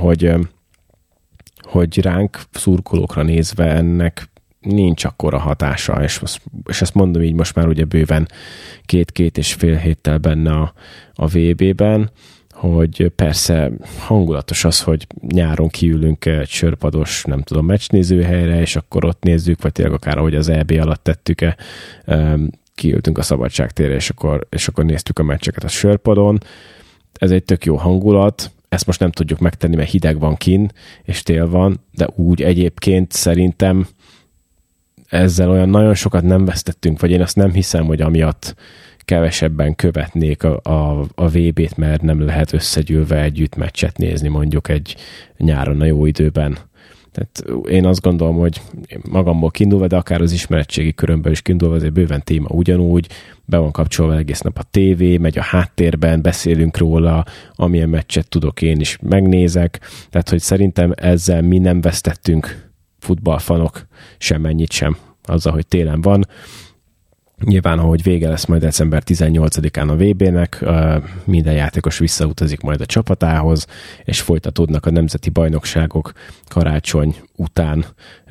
hogy ránk szurkolókra nézve ennek nincs akkora hatása, és ezt mondom így most már ugye bőven 2-2,5 héttel benne a VB-ben, hogy persze hangulatos az, hogy nyáron kiülünk egy sörpados, nem tudom, meccsnézőhelyre, és akkor ott nézzük, vagy tényleg akár ahogy az EB alatt tettük-e, kiültünk a Szabadságtérre, és akkor néztük a meccseket a sörpadon. Ez egy tök jó hangulat, ezt most nem tudjuk megtenni, mert hideg van kinn, és tél van, de úgy egyébként szerintem ezzel olyan nagyon sokat nem vesztettünk, vagy én azt nem hiszem, hogy amiatt kevesebben követnék a VB-t, mert nem lehet összegyűlve együtt meccset nézni mondjuk egy nyáron a jó időben. Tehát én azt gondolom, hogy magamból kiindulva, de akár az ismeretségi körömből is kiindulva, azért bőven téma ugyanúgy, be van kapcsolva egész nap a tévé, megy a háttérben, beszélünk róla, amilyen meccset tudok én is megnézek, tehát hogy szerintem ezzel mi nem vesztettünk futballfanok semmennyit sem azzal, hogy télen van. Nyilván, ahogy vége lesz majd december 18-án a VB-nek, minden játékos visszautazik majd a csapatához, és folytatódnak a nemzeti bajnokságok karácsony után,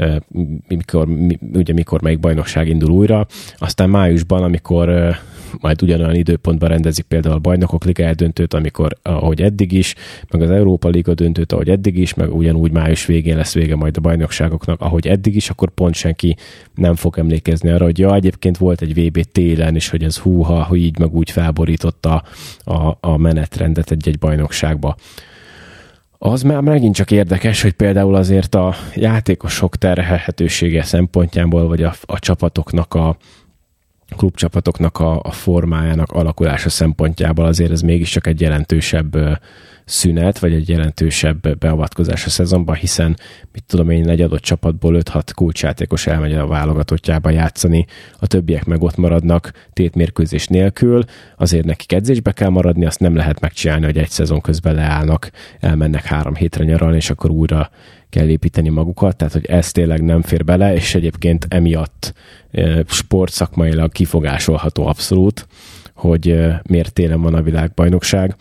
mikor melyik bajnokság indul újra. Aztán májusban, amikor majd ugyanolyan időpontban rendezik például a Bajnokok Ligája döntőt, ahogy eddig is, meg az Európa Liga döntőt, ahogy eddig is, meg ugyanúgy május végén lesz vége majd a bajnokságoknak, ahogy eddig is, akkor pont senki nem fog emlékezni arra, hogy egyébként volt egy VB télen, és hogy ez hogy így meg úgy felborította a menetrendet egy bajnokságba. Az már megint csak érdekes, hogy például azért a játékosok terhelhetősége szempontjából, vagy a csapatoknak klubcsapatoknak a formájának alakulása szempontjából azért ez mégiscsak egy jelentősebb szünet, vagy egy jelentősebb beavatkozás a szezonban, hiszen mit tudom én, egy adott csapatból 5-6 kulcsjátékos elmegy a válogatottjába játszani, a többiek meg ott maradnak tétmérkőzés nélkül, azért nekik edzésbe kell maradni, azt nem lehet megcsinálni, hogy egy szezon közben leállnak, elmennek 3 hétre nyaralni, és akkor újra kell építeni magukat, tehát hogy ez tényleg nem fér bele, és egyébként emiatt sportszakmailag kifogásolható abszolút, hogy miért télen van a világbajnokság.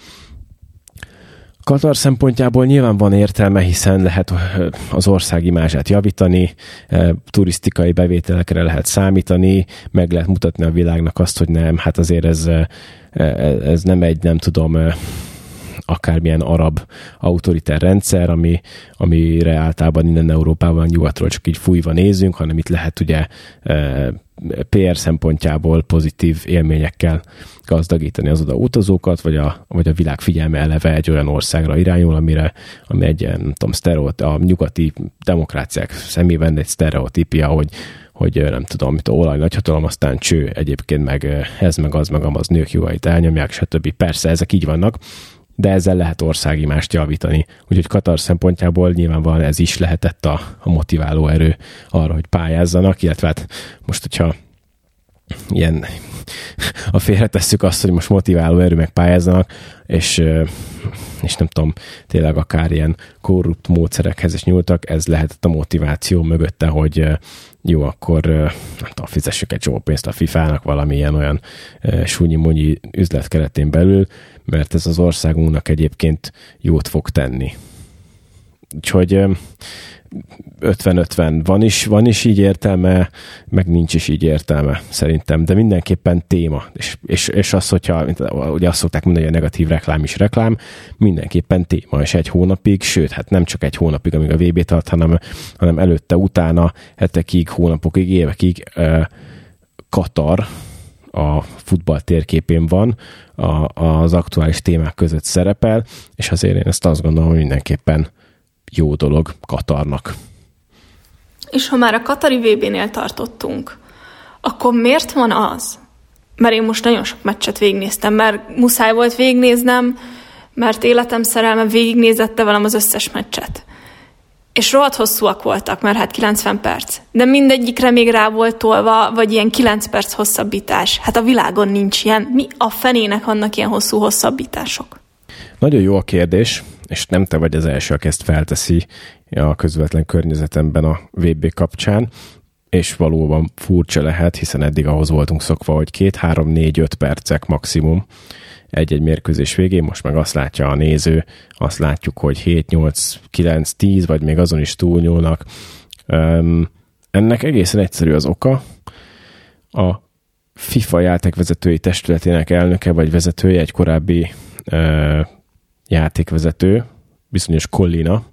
Katar szempontjából nyilván van értelme, hiszen lehet az ország imázsát javítani, turisztikai bevételekre lehet számítani, meg lehet mutatni a világnak azt, hogy nem, hát azért ez nem egy, nem tudom, akármilyen arab autoritár rendszer, amire általában innen Európában, nyugatról csak így fújva nézünk, hanem itt lehet ugye PR szempontjából pozitív élményekkel gazdagítani az oda utazókat, vagy a világ figyelme eleve egy olyan országra irányul, ami egy, nem tudom, a nyugati demokráciák szemében egy sztereotípia, hogy nem tudom, mit olaj nagyhatalom, aztán cső, egyébként meg ez, meg az, meg amaz, nők jogait elnyomják, stb. Persze ezek így vannak, de ezzel lehet országimást javítani. Úgyhogy Katar szempontjából nyilvánvalóan ez is lehetett a motiváló erő arra, hogy pályázzanak, illetve hát most, hogyha ilyen a félretesszük azt, hogy most motiváló erő meg pályázzanak, és nem tudom, tényleg akár ilyen korrupt módszerekhez is nyúltak, ez lehetett a motiváció mögötte, hogy jó, akkor nem tudom, fizessük egy csomó pénzt a FIFA-nak valamilyen olyan súnyi-munyi üzlet keretén belül, mert ez az országunknak egyébként jót fog tenni. Úgyhogy 50-50 van is így értelme, meg nincs is így értelme szerintem, de mindenképpen téma. És az, hogyha ugye azt szokták mondani, hogy a negatív reklám is reklám, mindenképpen téma, és egy hónapig, sőt, hát nem csak egy hónapig, amíg a VB tart, hanem előtte, utána, hetekig, hónapokig, évekig Katar a futball térképén van, az aktuális témák között szerepel, és azért én ezt azt gondolom, hogy mindenképpen jó dolog Katarnak.
És ha már a katari VB-nél tartottunk, akkor miért van az? Mert én most nagyon sok meccset végignéztem, mert muszáj volt végignéznem, mert életem szerelme végignézette velem az összes meccset. És rohadt hosszúak voltak, mert hát 90 perc. De mindegyikre még rá volt tolva, vagy ilyen 9 perc hosszabbítás. Hát a világon nincs ilyen. Mi a fenének vannak ilyen hosszú hosszabbítások?
Nagyon jó a kérdés, és nem te vagy az első, aki ezt felteszi a közvetlen környezetemben a VB kapcsán, és valóban furcsa lehet, hiszen eddig ahhoz voltunk szokva, hogy 2, 3, 4, 5 percek maximum egy-egy mérkőzés végén, most meg azt látja a néző, azt látjuk, hogy 7, 8, 9, 10, vagy még azon is túlnyúlnak. Ennek egészen egyszerű az oka. A FIFA játékvezetői testületének elnöke vagy vezetője, egy korábbi játékvezető, bizonyos Collina,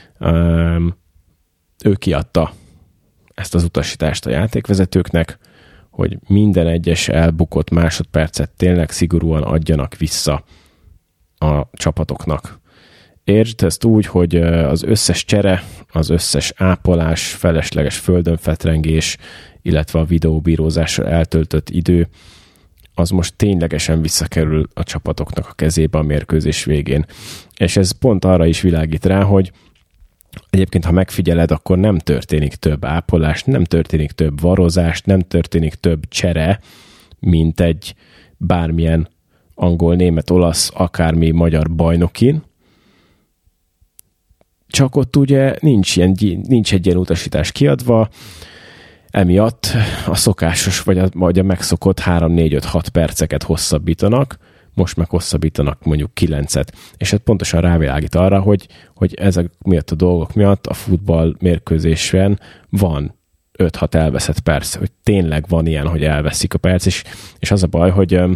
ő kiadta ezt az utasítást a játékvezetőknek, hogy minden egyes elbukott másodpercet tényleg szigorúan adjanak vissza a csapatoknak. Értsd ezt úgy, hogy az összes csere, az összes ápolás, felesleges földönfetrengés, illetve a videóbírózással eltöltött idő, az most ténylegesen visszakerül a csapatoknak a kezébe a mérkőzés végén. És ez pont arra is világít rá, hogy egyébként, ha megfigyeled, akkor nem történik több ápolás, nem történik több varozás, nem történik több csere, mint egy bármilyen angol, német, olasz, akármi magyar bajnokin. Csak ott ugye nincs egy ilyen utasítás kiadva, emiatt a szokásos vagy a megszokott 3-4-5-6 perceket hosszabbítanak, most meg hosszabbítanak mondjuk 9-et. És ez pontosan rávilágít arra, hogy ezek miatt a dolgok miatt a futball mérkőzésen van 5-6 elveszett perc, hogy tényleg van ilyen, hogy elveszik a perc, és az a baj,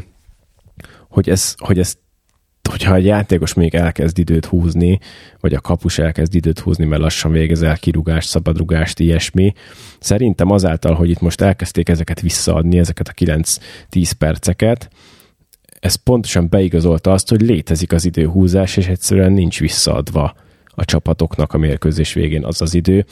hogyha egy játékos még elkezd időt húzni, vagy a kapus elkezd időt húzni, mert lassan végezel kirúgást, szabadrugást, ilyesmi. Szerintem azáltal, hogy itt most elkezdték ezeket visszaadni, ezeket a 9-10 perceket, ez pontosan beigazolta azt, hogy létezik az időhúzás, és egyszerűen nincs visszaadva a csapatoknak a mérkőzés végén az az idő,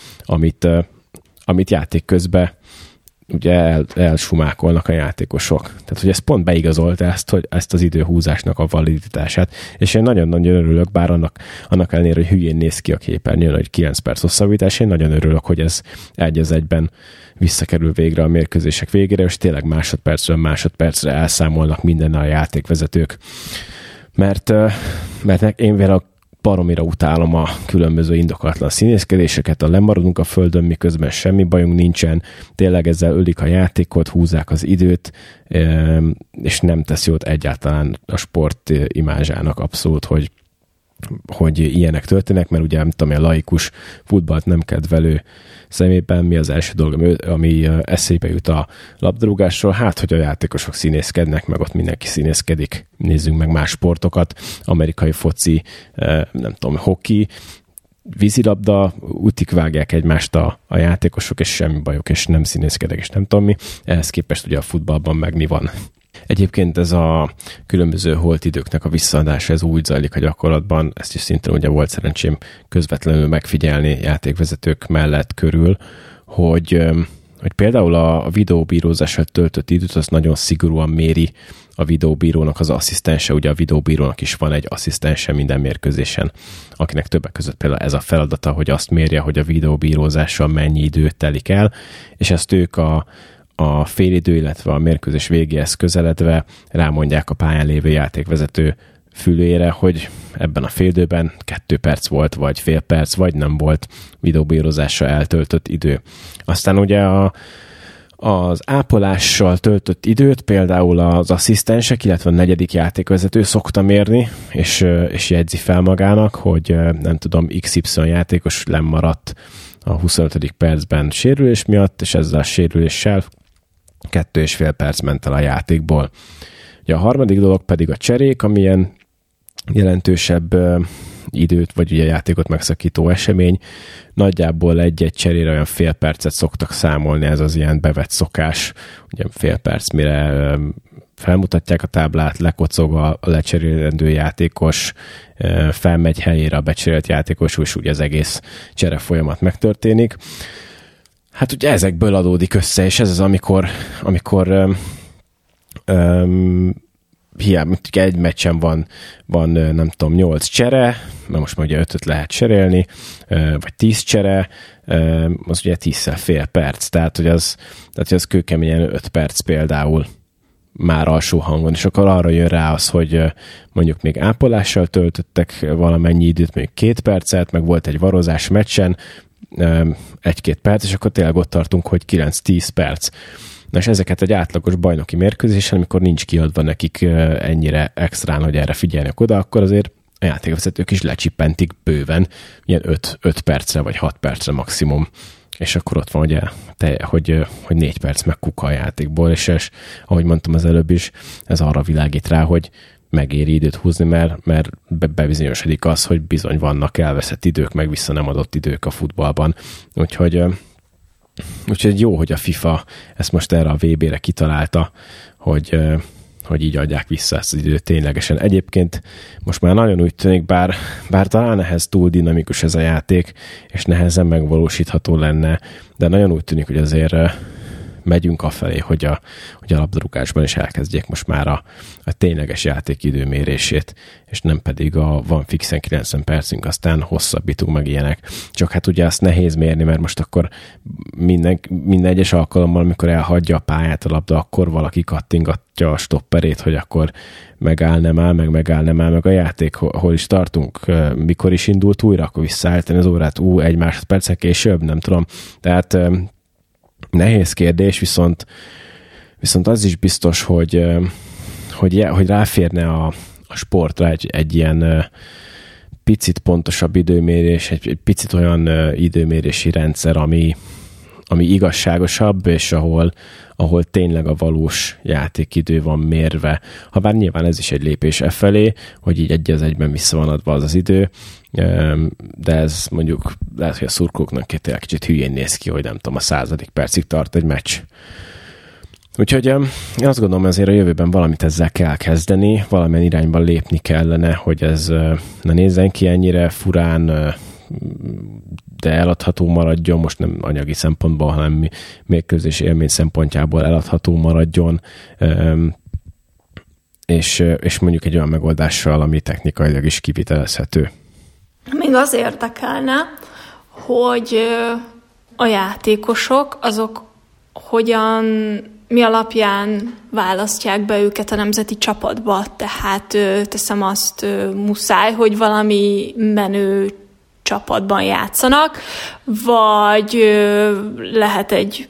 amit játék közben ugye elsumákolnak a játékosok. Tehát, hogy ez pont beigazolta ezt az időhúzásnak a validitását, és én nagyon-nagyon örülök, bár annak ellenére, hogy hülyén néz ki a képernyőn, hogy 9 perc hosszabbítás, én nagyon örülök, hogy ez egy az egyben visszakerül végre a mérkőzések végére, és tényleg másodpercre elszámolnak mindennel a játékvezetők. Mert én vele baromira utálom a különböző indokolatlan színészkedéseket, lemaradunk a földön, miközben semmi bajunk nincsen, tényleg ezzel ölik a játékot, húzzák az időt, és nem tesz jót egyáltalán a sport imázsának abszolút, hogy ilyenek történnek, mert ugye nem tudom, a laikus futballt nem kedvelő szemében mi az első dolog, ami eszébe jut a labdarúgásról, hogy a játékosok színészkednek, meg ott mindenki színészkedik. Nézzünk meg más sportokat, amerikai foci, nem tudom, hoki, vízilabda, útik vágják egymást a játékosok, és semmi bajuk, és nem színészkedek, és nem tudom mi. Ehhez képest ugye a futballban meg mi van. Egyébként ez a különböző holtidőknek a visszaadása, ez úgy zajlik a gyakorlatban, ezt is szintén ugye volt szerencsém közvetlenül megfigyelni játékvezetők mellett körül, hogy például a videóbírózással töltött időt az nagyon szigorúan méri a videóbírónak az asszisztense, ugye a videóbírónak is van egy asszisztense minden mérkőzésen, akinek többek között például ez a feladata, hogy azt mérje, hogy a videóbírózással mennyi idő telik el, és ezt ők a félidő, illetve a mérkőzés végéhez közeledve rámondják a pályán lévő játékvezető fülére, hogy ebben a félidőben 2 perc volt, vagy fél perc, vagy nem volt videóbírózással eltöltött idő. Aztán ugye az ápolással töltött időt például az asszisztensek, illetve a 4. játékvezető szokta mérni, és jegyzi fel magának, hogy nem tudom, XY játékos lemaradt a 25. percben sérülés miatt, és ezzel a sérüléssel 2,5 perc ment el a játékból. Ugye a harmadik dolog pedig a cserék, amilyen jelentősebb időt, vagy ugye játékot megszakító esemény. Nagyjából egy-egy cserére olyan fél percet szoktak számolni, ez az ilyen bevett szokás, ugye fél perc, mire felmutatják a táblát, lekocog a lecserélendő játékos, felmegy helyére a becserélt játékos, és ugye az egész csere folyamat megtörténik. Hát ugye ezekből adódik össze, és ez az, amikor hiába egy meccsen van nem tudom, 8 csere, mert most már ugye 5-öt lehet cserélni, vagy 10 csere, az ugye 10-szel fél perc, tehát hogy az kőkeményen 5 perc például már alsó hangon, és akkor arra jön rá az, hogy mondjuk még ápolással töltöttek valamennyi időt, még 2 percet, meg volt egy varozás meccsen, 1-2 perc, és akkor tényleg ott tartunk, hogy 9-10 perc. Na és ezeket egy átlagos bajnoki mérkőzésen, amikor nincs kiadva nekik ennyire extrán, hogy erre figyelnek oda, akkor azért a játékvezetők is lecsippentik bőven, ilyen 5 percre vagy 6 percre maximum. És akkor ott van, hogy 4 perc meg kuka a játékból, és ahogy mondtam az előbb is, ez arra világít rá, hogy megéri időt húzni, mert bebizonyosodik az, hogy bizony vannak elveszett idők, meg vissza nem adott idők a futballban. Úgyhogy jó, hogy a FIFA ezt most erre a VB-re kitalálta, hogy így adják vissza ezt az időt ténylegesen. Egyébként most már nagyon úgy tűnik, bár talán ehhez túl dinamikus ez a játék, és nehezen megvalósítható lenne, de nagyon úgy tűnik, hogy azért megyünk afelé, hogy a labdarúgásban is elkezdjék most már a tényleges játék időmérését, és nem pedig van fixen 90 percünk, aztán hosszabbítunk meg ilyenek. Csak hát ugye azt nehéz mérni, mert most akkor minden egyes alkalommal, amikor elhagyja a pályát a labda, akkor valaki kattingatja a stopperét, hogy akkor megáll, nem áll, meg a játék, hol is tartunk, mikor is indult újra, akkor visszaállítani az órát, 1 másodperccel később, nem tudom. Tehát nehéz kérdés, viszont az is biztos, hogy ráférne a sportra egy ilyen picit pontosabb időmérés, egy picit olyan időmérési rendszer, ami igazságosabb, és ahol tényleg a valós játékidő van mérve. Habár nyilván ez is egy lépés felé, hogy így egy az egyben vissza van adva az idő, de ez mondjuk lehet, hogy a szurkolóknak kicsit hülyén néz ki, hogy nem tudom, a 100. percig tart egy meccs. Úgyhogy én azt gondolom, ezért a jövőben valamit ezzel kell kezdeni, valamilyen irányban lépni kellene, hogy ez ne nézzen ki ennyire furán, de eladható maradjon, most nem anyagi szempontból, hanem mérkőzés élmény szempontjából eladható maradjon, és mondjuk egy olyan megoldással, ami technikailag is kivitelezhető.
Még az érdekelne, hogy a játékosok azok mi alapján választják be őket a nemzeti csapatba, tehát teszem azt, muszáj, hogy valami menő csapatban játszanak, vagy lehet egy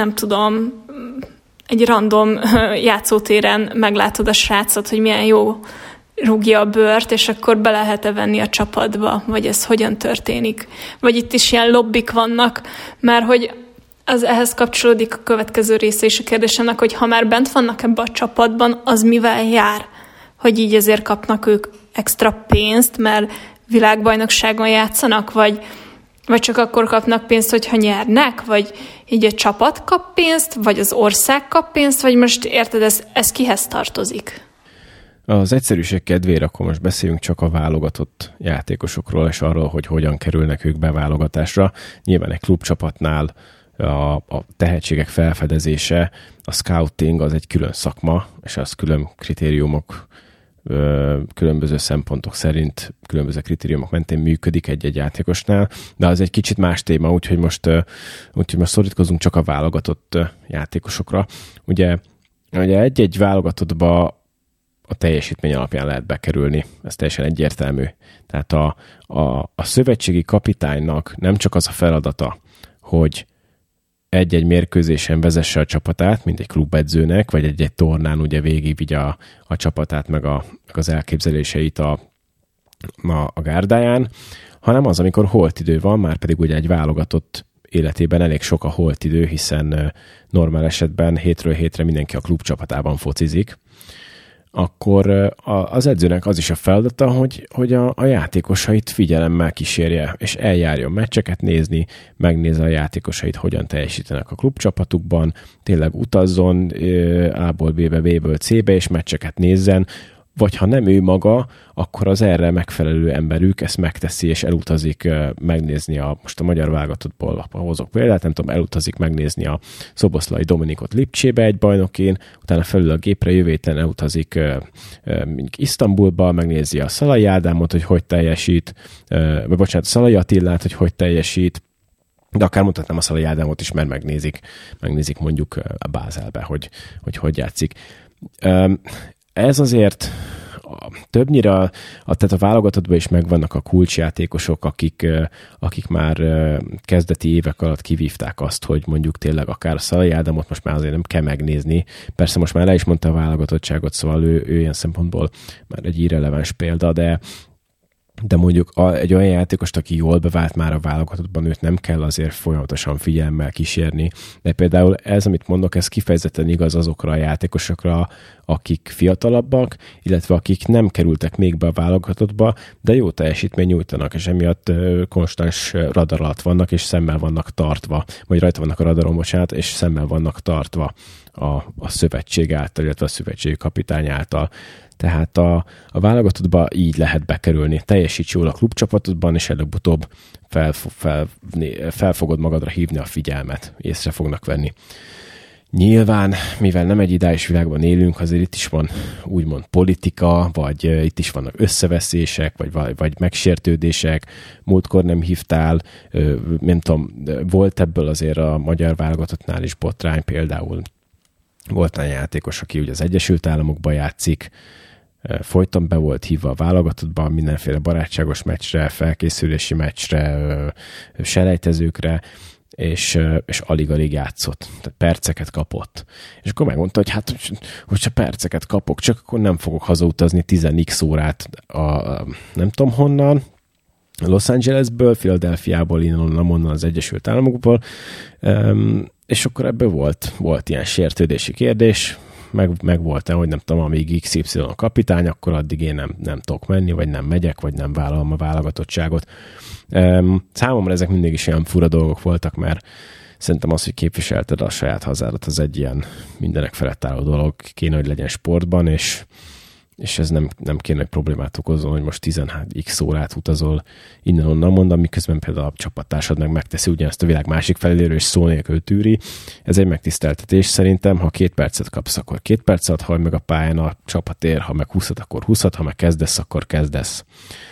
random játszótéren meglátod a srácot, hogy milyen jó rúgja a bőrt, és akkor be lehet-e venni a csapatba, vagy ez hogyan történik. Vagy itt is ilyen lobbik vannak, mert hogy ehhez kapcsolódik a következő része is a kérdésemnek, hogy ha már bent vannak ebbe a csapatban, az mivel jár? Hogy így ezért kapnak ők extra pénzt, mert világbajnokságon játszanak, vagy csak akkor kapnak pénzt, hogyha nyernek, vagy így a csapat kap pénzt, vagy az ország kap pénzt, vagy most érted, ez kihez tartozik?
Az egyszerűség kedvére akkor most beszéljünk csak a válogatott játékosokról, és arról, hogy hogyan kerülnek ők beválogatásra. Nyilván egy klubcsapatnál a tehetségek felfedezése, a scouting az egy külön szakma, és az külön kritériumok, különböző szempontok szerint, különböző kritériumok mentén működik egy-egy játékosnál, de az egy kicsit más téma, úgyhogy most szorítkozunk csak a válogatott játékosokra. Ugye egy-egy válogatottba a teljesítmény alapján lehet bekerülni, ez teljesen egyértelmű. Tehát a szövetségi kapitánynak nem csak az a feladata, hogy egy-egy mérkőzésen vezesse a csapatát, mint egy klubedzőnek, vagy egy-egy tornán ugye végigvigye a csapatát, meg az elképzeléseit a gárdáján, hanem az, amikor holtidő van, már pedig ugye egy válogatott életében elég sok a holtidő, hiszen normál esetben hétről hétre mindenki a klubcsapatában focizik. akkor az edzőnek az is a feladata, hogy a játékosait figyelemmel kísérje, és eljárjon meccseket nézni, megnézze a játékosait, hogyan teljesítenek a klubcsapatukban, tényleg utazzon A-ból B-be, B-ből C-be, és meccseket nézzen, vagy ha nem ő maga, akkor az erre megfelelő emberük ezt megteszi, és elutazik megnézni most a magyar válogatottból hozok példát, nem tudom, elutazik megnézni a Szoboszlai Dominikot Lipcsébe egy bajnokén, utána felül a gépre jövő héten elutazik Isztambulba, megnézi a Szalai Ádámot, hogy teljesít, a Szalai Attillát, hogy teljesít, de akár mondhatnám a Szalai Ádámot is, mert megnézik mondjuk a Bázelbe, hogy játszik. Ez azért többnyire, tehát a válogatottban is megvannak a kulcsjátékosok, akik már kezdeti évek alatt kivívták azt, hogy mondjuk tényleg akár a Szalai Ádámot most már azért nem kell megnézni. Persze most már le is mondta a válogatottságot, szóval ő ilyen szempontból már egy irreleváns példa, de mondjuk egy olyan játékost, aki jól bevált már a válogatottban, őt nem kell azért folyamatosan figyelemmel kísérni. De például ez, amit mondok, ez kifejezetten igaz azokra a játékosokra, akik fiatalabbak, illetve akik nem kerültek még be a válogatottba, de jó teljesítmény nyújtanak, és emiatt konstans radar alatt vannak, és szemmel vannak tartva, vagy rajta vannak a radaron, bocsánat, és szemmel vannak tartva a szövetség által, illetve a szövetségi kapitány által. Tehát a válogatottba így lehet bekerülni. Teljesíts jól a klubcsapatodban, és előbb-utóbb fel fogod magadra hívni a figyelmet. Észre fognak venni. Nyilván, mivel nem egy ideális világban élünk, azért itt is van úgymond politika, vagy itt is vannak összeveszések, vagy megsértődések. Múltkor nem hívtál, nem tudom, volt ebből azért a magyar válogatottnál is botrány, például volt olyan játékos, aki ugye az Egyesült Államokban játszik, folyton be volt hívva a válogatottban mindenféle barátságos meccsre, felkészülési meccsre, selejtezőkre, és alig-alig játszott. Tehát perceket kapott. És akkor megmondta, hogy hát, hogyha perceket kapok, csak akkor nem fogok hazautazni 10x órát nem tudom honnan, Los Angelesből, Philadelphiából, onnan az Egyesült Államokból, és akkor ebből volt ilyen sértődési kérdés, meg volt-e, hogy nem tudom, amíg XY a kapitány, akkor addig én nem tudok menni, vagy nem megyek, vagy nem vállalom a válogatottságot. Számomra ezek mindig is olyan fura dolgok voltak, mert szerintem az, hogy képviselted a saját hazádat, az egy ilyen mindenek felett álló dolog, kéne, hogy legyen sportban, és ez nem kéne, hogy problémát okozzon, hogy most 10x órát utazol innen-onnan, mondom, miközben például a csapattársad megteszi ugyanezt a világ másik feléről, és szó nélkül tűri. Ez egy megtiszteltetés szerintem, ha 2 percet kapsz, akkor 2 percet hajj meg a pályán a csapatér, ha meg 20-at, akkor 20-at, ha meg kezdesz, akkor kezdesz.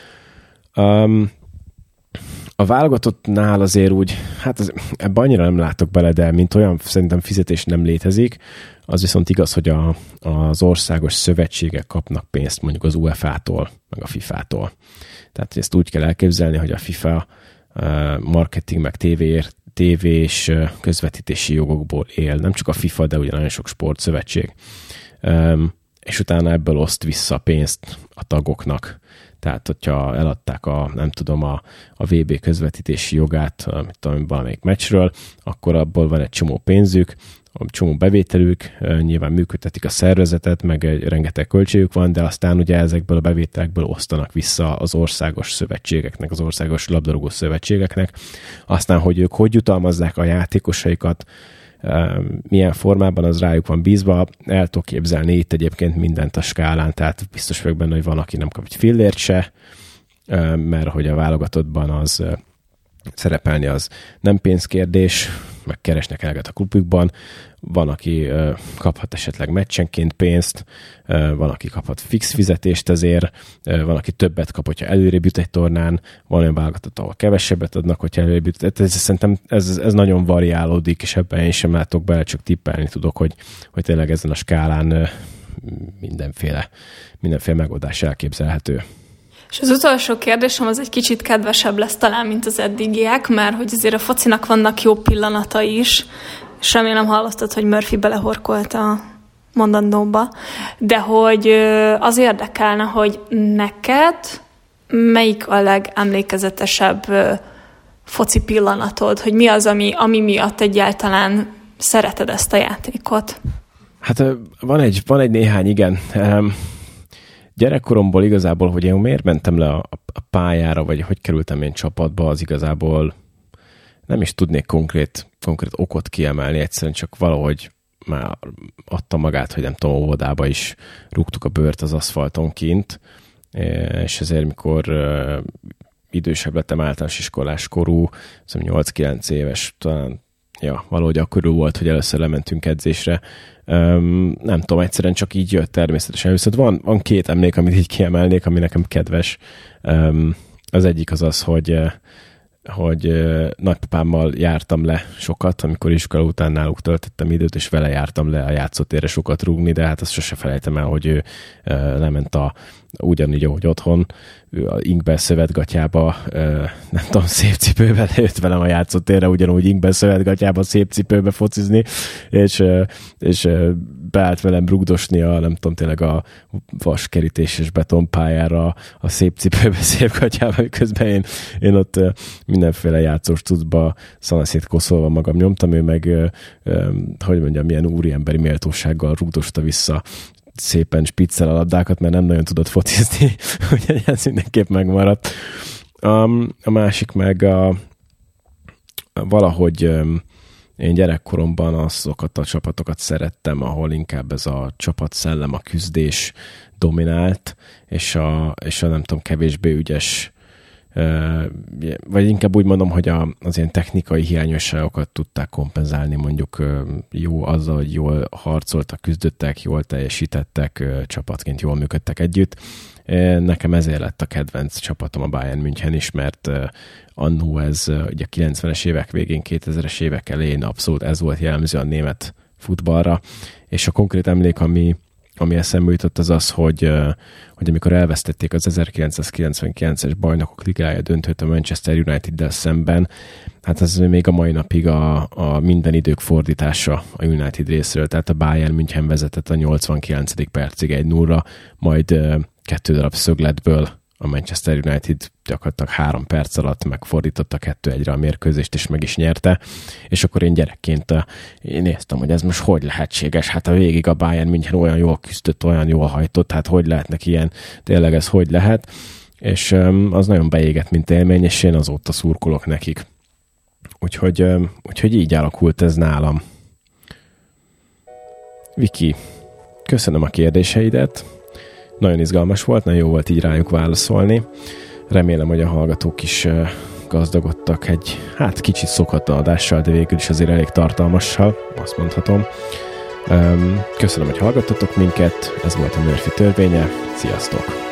A válogatottnál azért úgy, hát ebben annyira nem látok bele, de mint olyan szerintem fizetés nem létezik. Az viszont igaz, hogy az országos szövetségek kapnak pénzt mondjuk az UEFA-tól, meg a FIFA-tól. Tehát ezt úgy kell elképzelni, hogy a FIFA marketing, meg TV és közvetítési jogokból él. Nem csak a FIFA, de ugye nagyon sok sportszövetség. És utána ebből oszt vissza pénzt a tagoknak. Tehát, hogyha eladták a VB közvetítési jogát, valamelyik meccsről, akkor abból van egy csomó pénzük, csomó bevételük, nyilván működtetik a szervezetet, meg rengeteg költségük van, de aztán ugye ezekből a bevételekből osztanak vissza az országos szövetségeknek, az országos labdarúgó szövetségeknek. Aztán, hogy ők hogy jutalmazzák a játékosaikat, milyen formában, az rájuk van bízva. El tudok képzelni itt egyébként mindent a skálán, tehát biztos vagyok benne, hogy van, aki nem kap egy fillért se, mert hogy a válogatottban az szerepelni az nem pénzkérdés, meg keresnek eleget a klubjukban. Van, aki kaphat esetleg meccsenként pénzt, van, aki kaphat fix fizetést ezért, van, aki többet kap, hogyha előrébb jut egy tornán, van olyan válogatott, ahol kevesebbet adnak, hogyha előrébb jut. Szerintem ez nagyon variálódik, és ebben én sem látok bele, csak tippelni tudok, hogy tényleg ezen a skálán mindenféle megoldás elképzelhető.
És az utolsó kérdésem az egy kicsit kedvesebb lesz talán, mint az eddigiek, mert hogy azért a focinak vannak jó pillanatai is, és remélem hallottad, hogy Murphy belehorkolt a mondandóba, de hogy az érdekelne, hogy neked melyik a legemlékezetesebb foci pillanatod, hogy mi az, ami miatt egyáltalán szereted ezt a játékot?
Hát van egy néhány, igen. Gyerekkoromból igazából, hogy én miért mentem le a pályára, vagy hogy kerültem én csapatba, az igazából nem is tudnék konkrét okot kiemelni, egyszerűen csak valahogy már adta magát, hogy nem tudom, óvodába is rúgtuk a bőrt az aszfalton kint, és ezért mikor idősebb lettem, általános iskolás korú, 8-9 éves, talán valahogy akkor volt, hogy először lementünk edzésre. Nem tudom, egyszerűen csak így jött természetesen. Viszont van két emlék, amit így kiemelnék, ami nekem kedves. Az egyik az, hogy nagypapámmal jártam le sokat, amikor iskola után náluk töltöttem időt, és vele jártam le a játszótérre sokat rúgni, de hát azt sose felejtem el, hogy ő lement ugyanígy, ahogy otthon, inkbe, szövetgatyába, nem tudom, szép cipővel lejött velem a játszótérre, ugyanúgy inkbe, szövetgatyába, szép cipőbe focizni, és beállt velem rugdosni nem tudom, tényleg a vaskerítéses betonpályára a szép cipőbe, szép gatyába, közben én ott mindenféle játszós cuccba szanaszét koszolva magam nyomtam, ő meg, hogy mondjam, milyen úriemberi méltósággal rugdosta vissza szépen spiccel a labdákat, mert nem nagyon tudott focizni, úgyhogy ez mindenképp megmaradt. A másik meg valahogy én gyerekkoromban azokat a csapatokat szerettem, ahol inkább ez a csapatszellem, a küzdés dominált, és a nem tudom, kevésbé ügyes, vagy inkább úgy mondom, hogy az ilyen technikai hiányosságokat tudták kompenzálni, mondjuk jó azzal, hogy jól harcoltak, küzdöttek, jól teljesítettek, csapatként jól működtek együtt. Nekem ezért lett a kedvenc csapatom a Bayern München is, mert annó ez ugye a 90-es évek végén, 2000-es évek elején abszolút ez volt jellemző a német futballra, és a konkrét emlék, ami eszembe jutott, az, hogy amikor elvesztették az 1999-es Bajnokok Ligája döntőt a Manchester United-del szemben, hát ez még a mai napig a minden idők fordítása a United részről, tehát a Bayern München vezetett a 89. percig 1-0-ra, majd 2 darab szögletből a Manchester United gyakorlatilag 3 perc alatt megfordította 2-1-re a mérkőzést, és meg is nyerte, és akkor én gyerekként én néztem, hogy ez most hogy lehetséges, hát a végig a Bayern München olyan jól küzdött, olyan jól hajtott, hát hogy lehetnek ilyen, tényleg ez hogy lehet, és az nagyon beégett, mint élmény, és én azóta szurkolok nekik. Úgyhogy így alakult ez nálam. Viki, köszönöm a kérdéseidet, nagyon izgalmas volt, nagyon jó volt így rájuk válaszolni. Remélem, hogy a hallgatók is gazdagodtak egy, kicsit szokatlan adással, de végül is azért elég tartalmassal, azt mondhatom. Köszönöm, hogy hallgattatok minket, ez volt a Murphy törvénye, sziasztok!